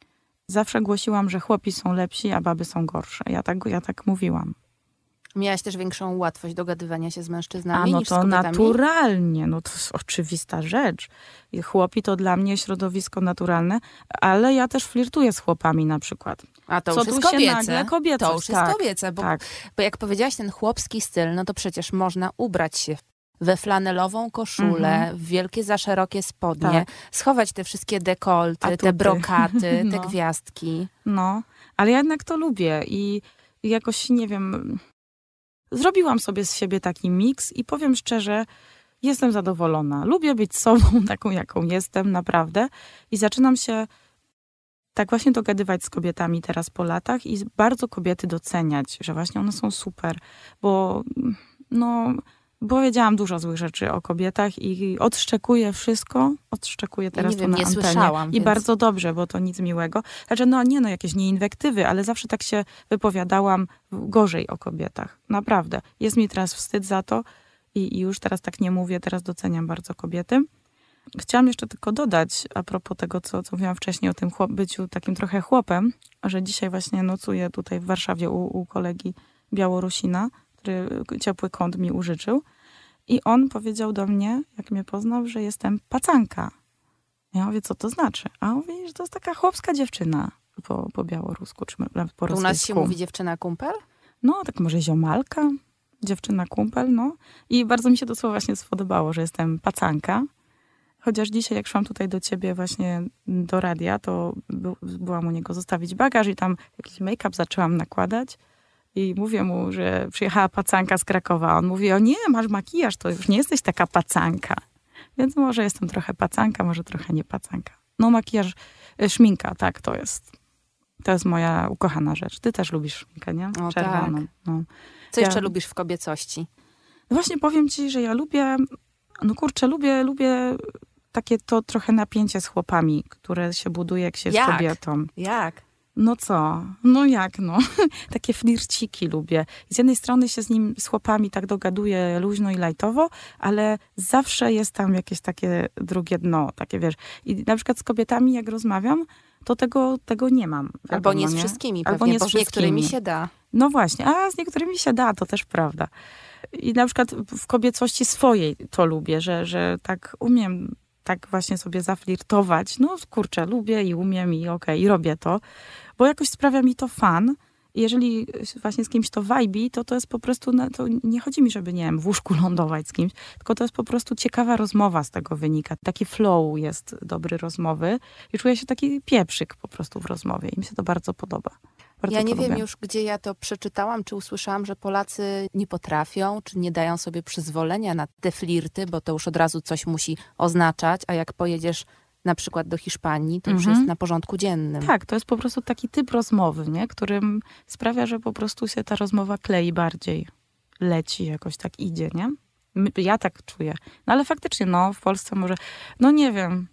Speaker 2: Zawsze głosiłam, że chłopi są lepsi, a baby są gorsze. Ja tak, ja tak mówiłam.
Speaker 1: Miałaś też większą łatwość dogadywania się z mężczyznami
Speaker 2: A no
Speaker 1: niż z
Speaker 2: to
Speaker 1: kobietami?
Speaker 2: naturalnie, no to jest oczywista rzecz. I chłopi to dla mnie środowisko naturalne, ale ja też flirtuję z chłopami na przykład.
Speaker 1: A to
Speaker 2: Co
Speaker 1: już jest
Speaker 2: tu się
Speaker 1: kobiece.
Speaker 2: nagle kobiecość,
Speaker 1: To już
Speaker 2: tak,
Speaker 1: jest kobiece, bo,
Speaker 2: tak.
Speaker 1: bo jak powiedziałaś, ten chłopski styl, no to przecież można ubrać się we flanelową koszulę,
Speaker 2: Mhm.
Speaker 1: w wielkie za szerokie spodnie,
Speaker 2: Tak.
Speaker 1: schować te wszystkie dekolty,
Speaker 2: Atuty.
Speaker 1: te brokaty,
Speaker 2: No.
Speaker 1: te gwiazdki.
Speaker 2: No, ale ja jednak to lubię i jakoś, nie wiem, zrobiłam sobie z siebie taki miks i powiem szczerze, jestem zadowolona. Lubię być sobą taką, jaką jestem, naprawdę. I zaczynam się tak właśnie dogadywać z kobietami teraz po latach i bardzo kobiety doceniać, że właśnie one są super, bo no... Powiedziałam dużo złych rzeczy o kobietach i odszczekuję wszystko. Odszczekuję teraz
Speaker 1: nie
Speaker 2: to
Speaker 1: wiem,
Speaker 2: na
Speaker 1: nie
Speaker 2: antenie.
Speaker 1: słyszałam,
Speaker 2: I
Speaker 1: więc-
Speaker 2: bardzo dobrze, bo to nic miłego. Znaczy, no nie no, jakieś nie inwektywy, ale zawsze tak się wypowiadałam gorzej o kobietach. Naprawdę. Jest mi teraz wstyd za to i, i już teraz tak nie mówię, teraz doceniam bardzo kobiety. Chciałam jeszcze tylko dodać, a propos tego, co, co mówiłam wcześniej o tym chłop, byciu takim trochę chłopem, że dzisiaj właśnie nocuję tutaj w Warszawie u, u kolegi Białorusina, który ciepły kąt mi użyczył. I on powiedział do mnie, jak mnie poznał, że jestem pacanka. Ja mówię, co to znaczy? A on mówi, że to jest taka chłopska dziewczyna po, po białorusku, czy nawet po
Speaker 1: U
Speaker 2: rosyjsku.
Speaker 1: nas się mówi dziewczyna kumpel?
Speaker 2: No, tak może ziomalka, dziewczyna kumpel, no. I bardzo mi się to słowo właśnie spodobało, że jestem pacanka. Chociaż dzisiaj, jak szłam tutaj do ciebie właśnie do radia, to by, byłam u niego zostawić bagaż i tam jakiś make-up zaczęłam nakładać. I mówię mu, że przyjechała pacanka z Krakowa. A on mówi, o nie, masz makijaż, to już nie jesteś taka pacanka. Więc może jestem trochę pacanka, może trochę nie pacanka. No makijaż, szminka, tak, to jest. To jest moja ukochana rzecz. Ty też lubisz szminkę, nie?
Speaker 1: O,
Speaker 2: Czerwoną.
Speaker 1: tak.
Speaker 2: No.
Speaker 1: Co
Speaker 2: Ja-
Speaker 1: jeszcze lubisz w kobiecości?
Speaker 2: No właśnie powiem ci, że ja lubię, no kurczę, lubię, lubię takie to trochę napięcie z chłopami, które się buduje, jak się jest
Speaker 1: Jak?
Speaker 2: kobietą.
Speaker 1: Jak?
Speaker 2: No co? No jak no? Takie flirciki lubię. Z jednej strony się z nim, z chłopami tak dogaduję luźno i lajtowo, ale zawsze jest tam jakieś takie drugie dno, takie wiesz. I na przykład z kobietami jak rozmawiam, to tego, tego nie mam.
Speaker 1: Albo
Speaker 2: Wiadomo,
Speaker 1: nie z wszystkimi pewnie,
Speaker 2: Albo nie z
Speaker 1: bo z niektórymi
Speaker 2: wszystkimi.
Speaker 1: się da.
Speaker 2: No właśnie, a z niektórymi się da, to też prawda. I na przykład w kobiecości swojej to lubię, że, że tak umiem tak właśnie sobie zaflirtować. No kurczę, lubię i umiem i okej, i robię to. Bo jakoś sprawia mi to fan. I jeżeli właśnie z kimś to wajbi, to to jest po prostu, no, to nie chodzi mi, żeby, nie wiem, w łóżku lądować z kimś, tylko to jest po prostu ciekawa rozmowa z tego wynika. Taki flow jest dobry rozmowy i czuję się taki pieprzyk po prostu w rozmowie. I mi się to bardzo podoba. Bardzo
Speaker 1: Ja nie
Speaker 2: to
Speaker 1: wiem
Speaker 2: lubię.
Speaker 1: już, gdzie ja to przeczytałam, czy usłyszałam, że Polacy nie potrafią, czy nie dają sobie przyzwolenia na te flirty, bo to już od razu coś musi oznaczać, a jak pojedziesz na przykład do Hiszpanii, to już
Speaker 2: Mhm.
Speaker 1: jest na porządku dziennym.
Speaker 2: Tak, to jest po prostu taki typ rozmowy, nie? Którym sprawia, że po prostu się ta rozmowa klei bardziej. Leci, jakoś tak idzie, nie? My- Ja tak czuję. No ale faktycznie, no w Polsce może, no nie wiem.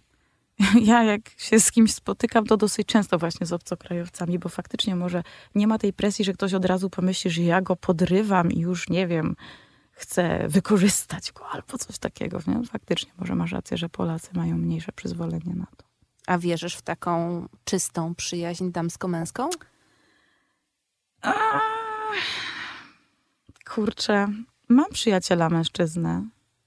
Speaker 2: Ja jak się z kimś spotykam, to dosyć często właśnie z obcokrajowcami, bo faktycznie może nie ma tej presji, że ktoś od razu pomyśli, że ja go podrywam i już, nie wiem, chcę wykorzystać go albo coś takiego. Nie? Faktycznie może masz rację, że Polacy mają mniejsze przyzwolenie na to.
Speaker 1: A wierzysz w taką czystą przyjaźń damsko-męską?
Speaker 2: Kurczę, mam przyjaciela mężczyznę.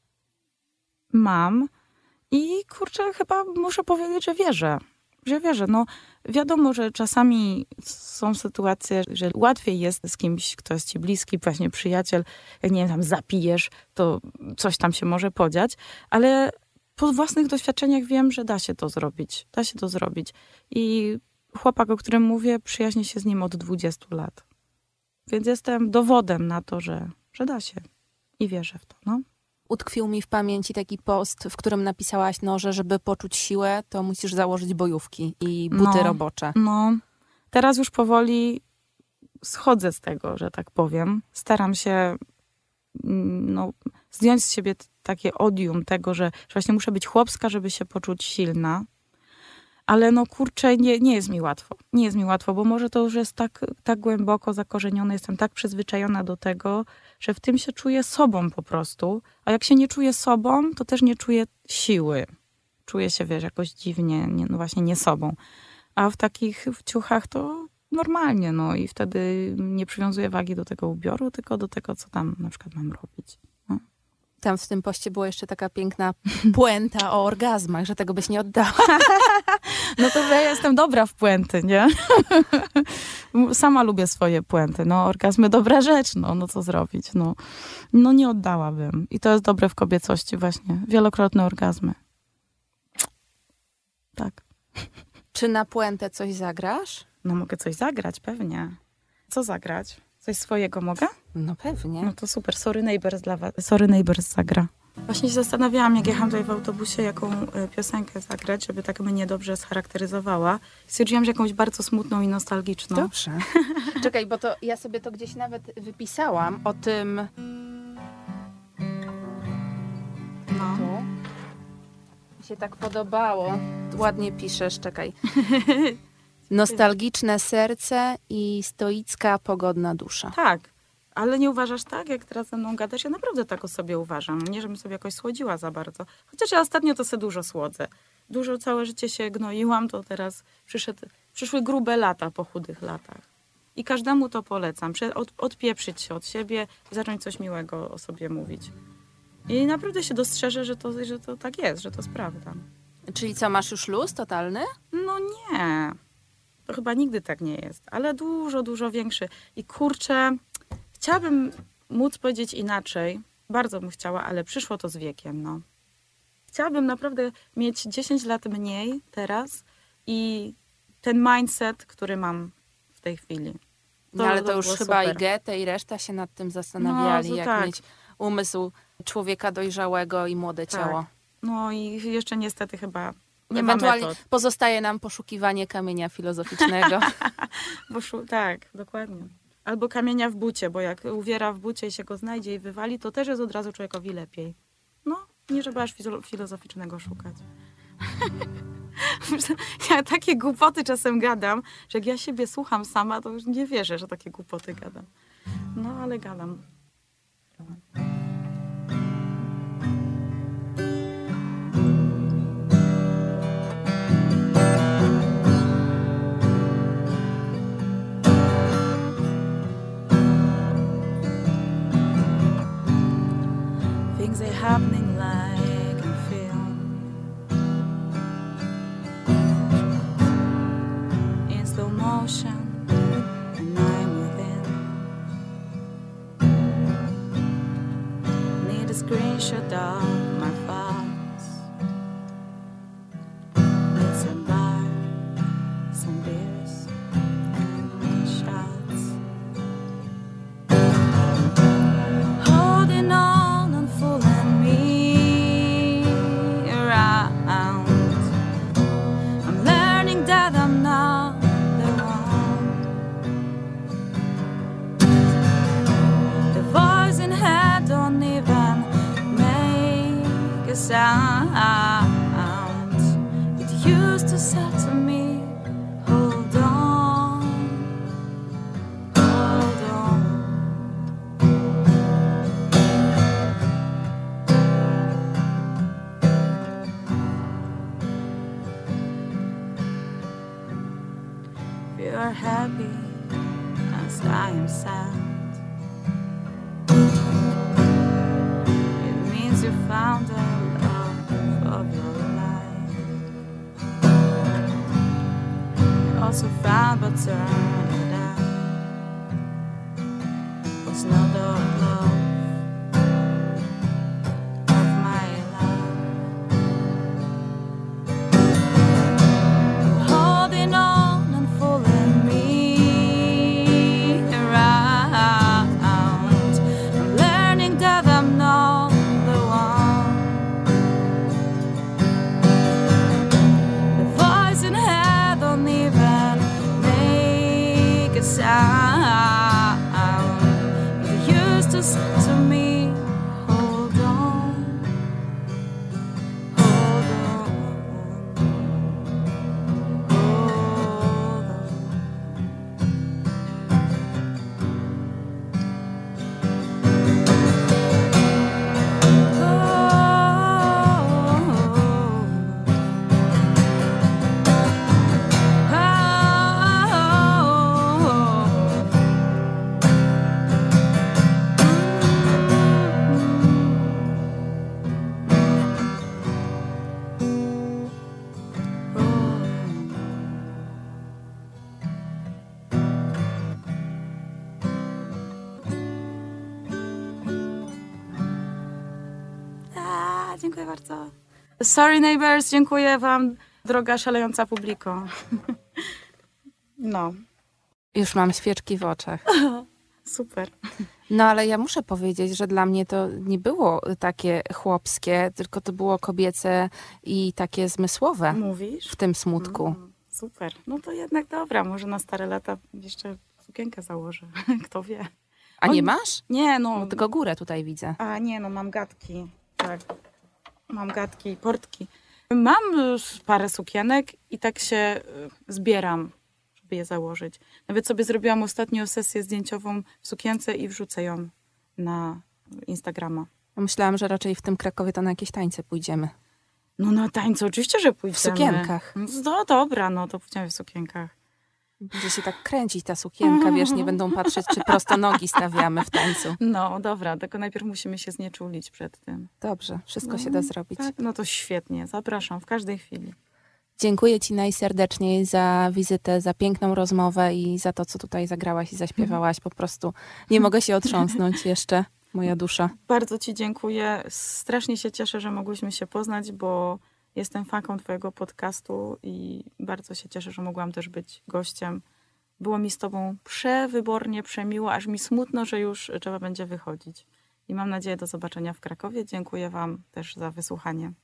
Speaker 2: Mam. I kurczę, chyba muszę powiedzieć, że wierzę. Że wierzę. No wiadomo, że czasami są sytuacje, że łatwiej jest z kimś, kto jest ci bliski, właśnie przyjaciel. Jak nie wiem, tam zapijesz, to coś tam się może podziać. Ale po własnych doświadczeniach wiem, że da się to zrobić. Da się to zrobić. I chłopak, o którym mówię, przyjaźnię się z nim od dwudziestu lat. Więc jestem dowodem na to, że, że da się. I wierzę w to, no.
Speaker 1: Utkwił mi w pamięci taki post, w którym napisałaś, no, że żeby poczuć siłę, to musisz założyć bojówki i buty
Speaker 2: No.
Speaker 1: robocze.
Speaker 2: No, teraz już powoli schodzę z tego, że tak powiem. Staram się no, zdjąć z siebie takie odium tego, że, że właśnie muszę być chłopska, żeby się poczuć silna. Ale no kurczę, nie, nie jest mi łatwo. Nie jest mi łatwo, bo może to już jest tak, tak głęboko zakorzenione, jestem tak przyzwyczajona do tego, że w tym się czuję sobą po prostu. A jak się nie czuję sobą, to też nie czuję siły. Czuję się, wiesz, jakoś dziwnie, nie, no właśnie nie sobą. A w takich w ciuchach to normalnie, no i wtedy nie przywiązuję wagi do tego ubioru, tylko do tego, co tam na przykład mam robić. No.
Speaker 1: Tam w tym poście była jeszcze taka piękna puenta o orgazmach, że tego byś nie oddała.
Speaker 2: No to ja jestem dobra w puenty, nie? Sama lubię swoje puenty. No orgazmy dobra rzecz, no, no co zrobić? No, no nie oddałabym. I to jest dobre w kobiecości właśnie. Wielokrotne orgazmy. Tak.
Speaker 1: Czy na puentę coś zagrasz?
Speaker 2: No mogę coś zagrać, pewnie. Co zagrać? Coś swojego mogę?
Speaker 1: No pewnie.
Speaker 2: No to super. Sorry Neighbors dla was. Sorry Neighbors zagra. Właśnie się zastanawiałam, jak jechałam tutaj w autobusie, jaką piosenkę zagrać, żeby tak mnie dobrze scharakteryzowała. Stwierdziłam, że jakąś bardzo smutną i nostalgiczną.
Speaker 1: Dobrze. Czekaj, bo to ja sobie to gdzieś nawet wypisałam o tym...
Speaker 2: No.
Speaker 1: Tu. Mi się tak podobało. Ładnie piszesz, czekaj. Nostalgiczne serce i stoicka, pogodna dusza.
Speaker 2: Tak, ale nie uważasz tak, jak teraz ze mną gadasz? Ja naprawdę tak o sobie uważam. Nie, żebym sobie jakoś słodziła za bardzo. Chociaż ja ostatnio to sobie dużo słodzę. Dużo, całe życie się gnoiłam, to teraz przyszedł, przyszły grube lata po chudych latach. I każdemu to polecam. Od, odpieprzyć się od siebie, zacząć coś miłego o sobie mówić. I naprawdę się dostrzeżę, że to, że to tak jest, że to jest prawda.
Speaker 1: Czyli co, masz już luz totalny?
Speaker 2: No nie. To chyba nigdy tak nie jest, ale dużo, dużo większy. I kurczę, chciałabym móc powiedzieć inaczej. Bardzo bym chciała, ale przyszło to z wiekiem, no. Chciałabym naprawdę mieć dziesięć lat mniej teraz i ten mindset, który mam w tej chwili. To,
Speaker 1: no ale to, to już chyba
Speaker 2: super.
Speaker 1: I Goethe i reszta się nad tym zastanawiali,
Speaker 2: no,
Speaker 1: jak
Speaker 2: tak.
Speaker 1: mieć umysł człowieka dojrzałego i młode
Speaker 2: tak.
Speaker 1: ciało.
Speaker 2: No i jeszcze niestety chyba nie
Speaker 1: Ewentualnie
Speaker 2: ma metod.
Speaker 1: pozostaje nam poszukiwanie kamienia filozoficznego.
Speaker 2: Bo szu- tak, dokładnie. Albo kamienia w bucie, bo jak uwiera w bucie i się go znajdzie i wywali, to też jest od razu człowiekowi lepiej. No, nie trzeba aż filo- filozoficznego szukać. Ja takie głupoty czasem gadam, że jak ja siebie słucham sama, to już nie wierzę, że takie głupoty gadam. No, ale gadam. Things are happening like in film. In slow motion, and I'm within. Need a screenshot of my thoughts. Need some bar, some beers, and shots. Holding on and fooling me around. I'm learning that I'm not the one. The voice in head don't even make a sound. It used to say to me, hold on, hold on. You are happy as I am sad. It means you found the love of your life. You also found but turned it out. Was not the love of my life. You're holding on and fooling me around. I'm learning that I'm not the one. The voice in head don't even make dziękuję bardzo. Sorry Neighbors, dziękuję wam, droga szalejąca publiko. No.
Speaker 1: Już mam świeczki w oczach.
Speaker 2: Super.
Speaker 1: No ale ja muszę powiedzieć, że dla mnie to nie było takie chłopskie, tylko to było kobiece i takie zmysłowe.
Speaker 2: Mówisz?
Speaker 1: W tym smutku.
Speaker 2: Mm, super. No to jednak dobra, może na stare lata jeszcze sukienkę założę. Kto wie.
Speaker 1: A nie
Speaker 2: On...
Speaker 1: masz?
Speaker 2: Nie, no.
Speaker 1: No, tylko górę tutaj widzę.
Speaker 2: A nie, no mam gadki. Tak. Mam gadki i portki. Mam już parę sukienek i tak się y, zbieram, żeby je założyć. Nawet sobie zrobiłam ostatnio sesję zdjęciową w sukience i wrzucę ją na Instagrama.
Speaker 1: Myślałam, że raczej w tym Krakowie to na jakieś tańce pójdziemy.
Speaker 2: No na tańce oczywiście, że pójdziemy.
Speaker 1: W sukienkach.
Speaker 2: No dobra, no to pójdziemy w sukienkach.
Speaker 1: Będzie się tak kręcić ta sukienka, wiesz, nie będą patrzeć, czy prosto nogi stawiamy w tańcu.
Speaker 2: No dobra, tylko najpierw musimy się znieczulić przed tym.
Speaker 1: Dobrze, wszystko się da zrobić.
Speaker 2: Tak, no to świetnie, zapraszam w każdej chwili.
Speaker 1: Dziękuję ci najserdeczniej za wizytę, za piękną rozmowę i za to, co tutaj zagrałaś i zaśpiewałaś. Po prostu nie mogę się otrząsnąć jeszcze, moja dusza.
Speaker 2: Bardzo ci dziękuję. Strasznie się cieszę, że mogłyśmy się poznać, bo jestem fanką twojego podcastu i bardzo się cieszę, że mogłam też być gościem. Było mi z tobą przewybornie, przemiło, aż mi smutno, że już trzeba będzie wychodzić. I mam nadzieję do zobaczenia w Krakowie. Dziękuję wam też za wysłuchanie.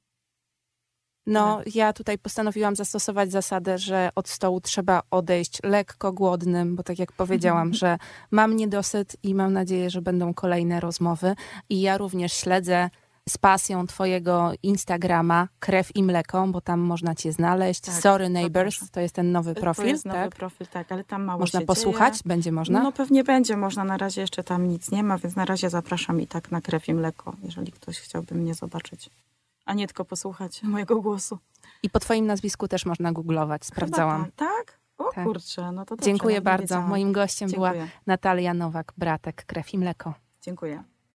Speaker 1: No, ja tutaj postanowiłam zastosować zasadę, że od stołu trzeba odejść lekko głodnym, bo tak jak powiedziałam, że mam niedosyt i mam nadzieję, że będą kolejne rozmowy. I ja również śledzę z pasją twojego Instagrama Krew i Mleko, bo tam można cię znaleźć.
Speaker 2: Tak,
Speaker 1: Sorry Neighbors,
Speaker 2: zapraszam.
Speaker 1: to jest ten nowy profil,
Speaker 2: To jest
Speaker 1: tak?
Speaker 2: nowy profil, tak, ale tam mało
Speaker 1: Można
Speaker 2: się
Speaker 1: posłuchać?
Speaker 2: dzieje.
Speaker 1: Będzie można?
Speaker 2: No pewnie będzie można, na razie jeszcze tam nic nie ma, więc na razie zapraszam i tak na Krew i Mleko, jeżeli ktoś chciałby mnie zobaczyć, a nie tylko posłuchać mojego głosu.
Speaker 1: I po twoim nazwisku też można googlować, sprawdzałam.
Speaker 2: Chyba tak? tak? O
Speaker 1: Tak.
Speaker 2: kurczę, no to dobrze.
Speaker 1: Dziękuję
Speaker 2: ja nie
Speaker 1: bardzo.
Speaker 2: wiedziałam.
Speaker 1: Moim gościem
Speaker 2: Dziękuję.
Speaker 1: była Natalia Nowak, Bratek, Krew i Mleko.
Speaker 2: Dziękuję.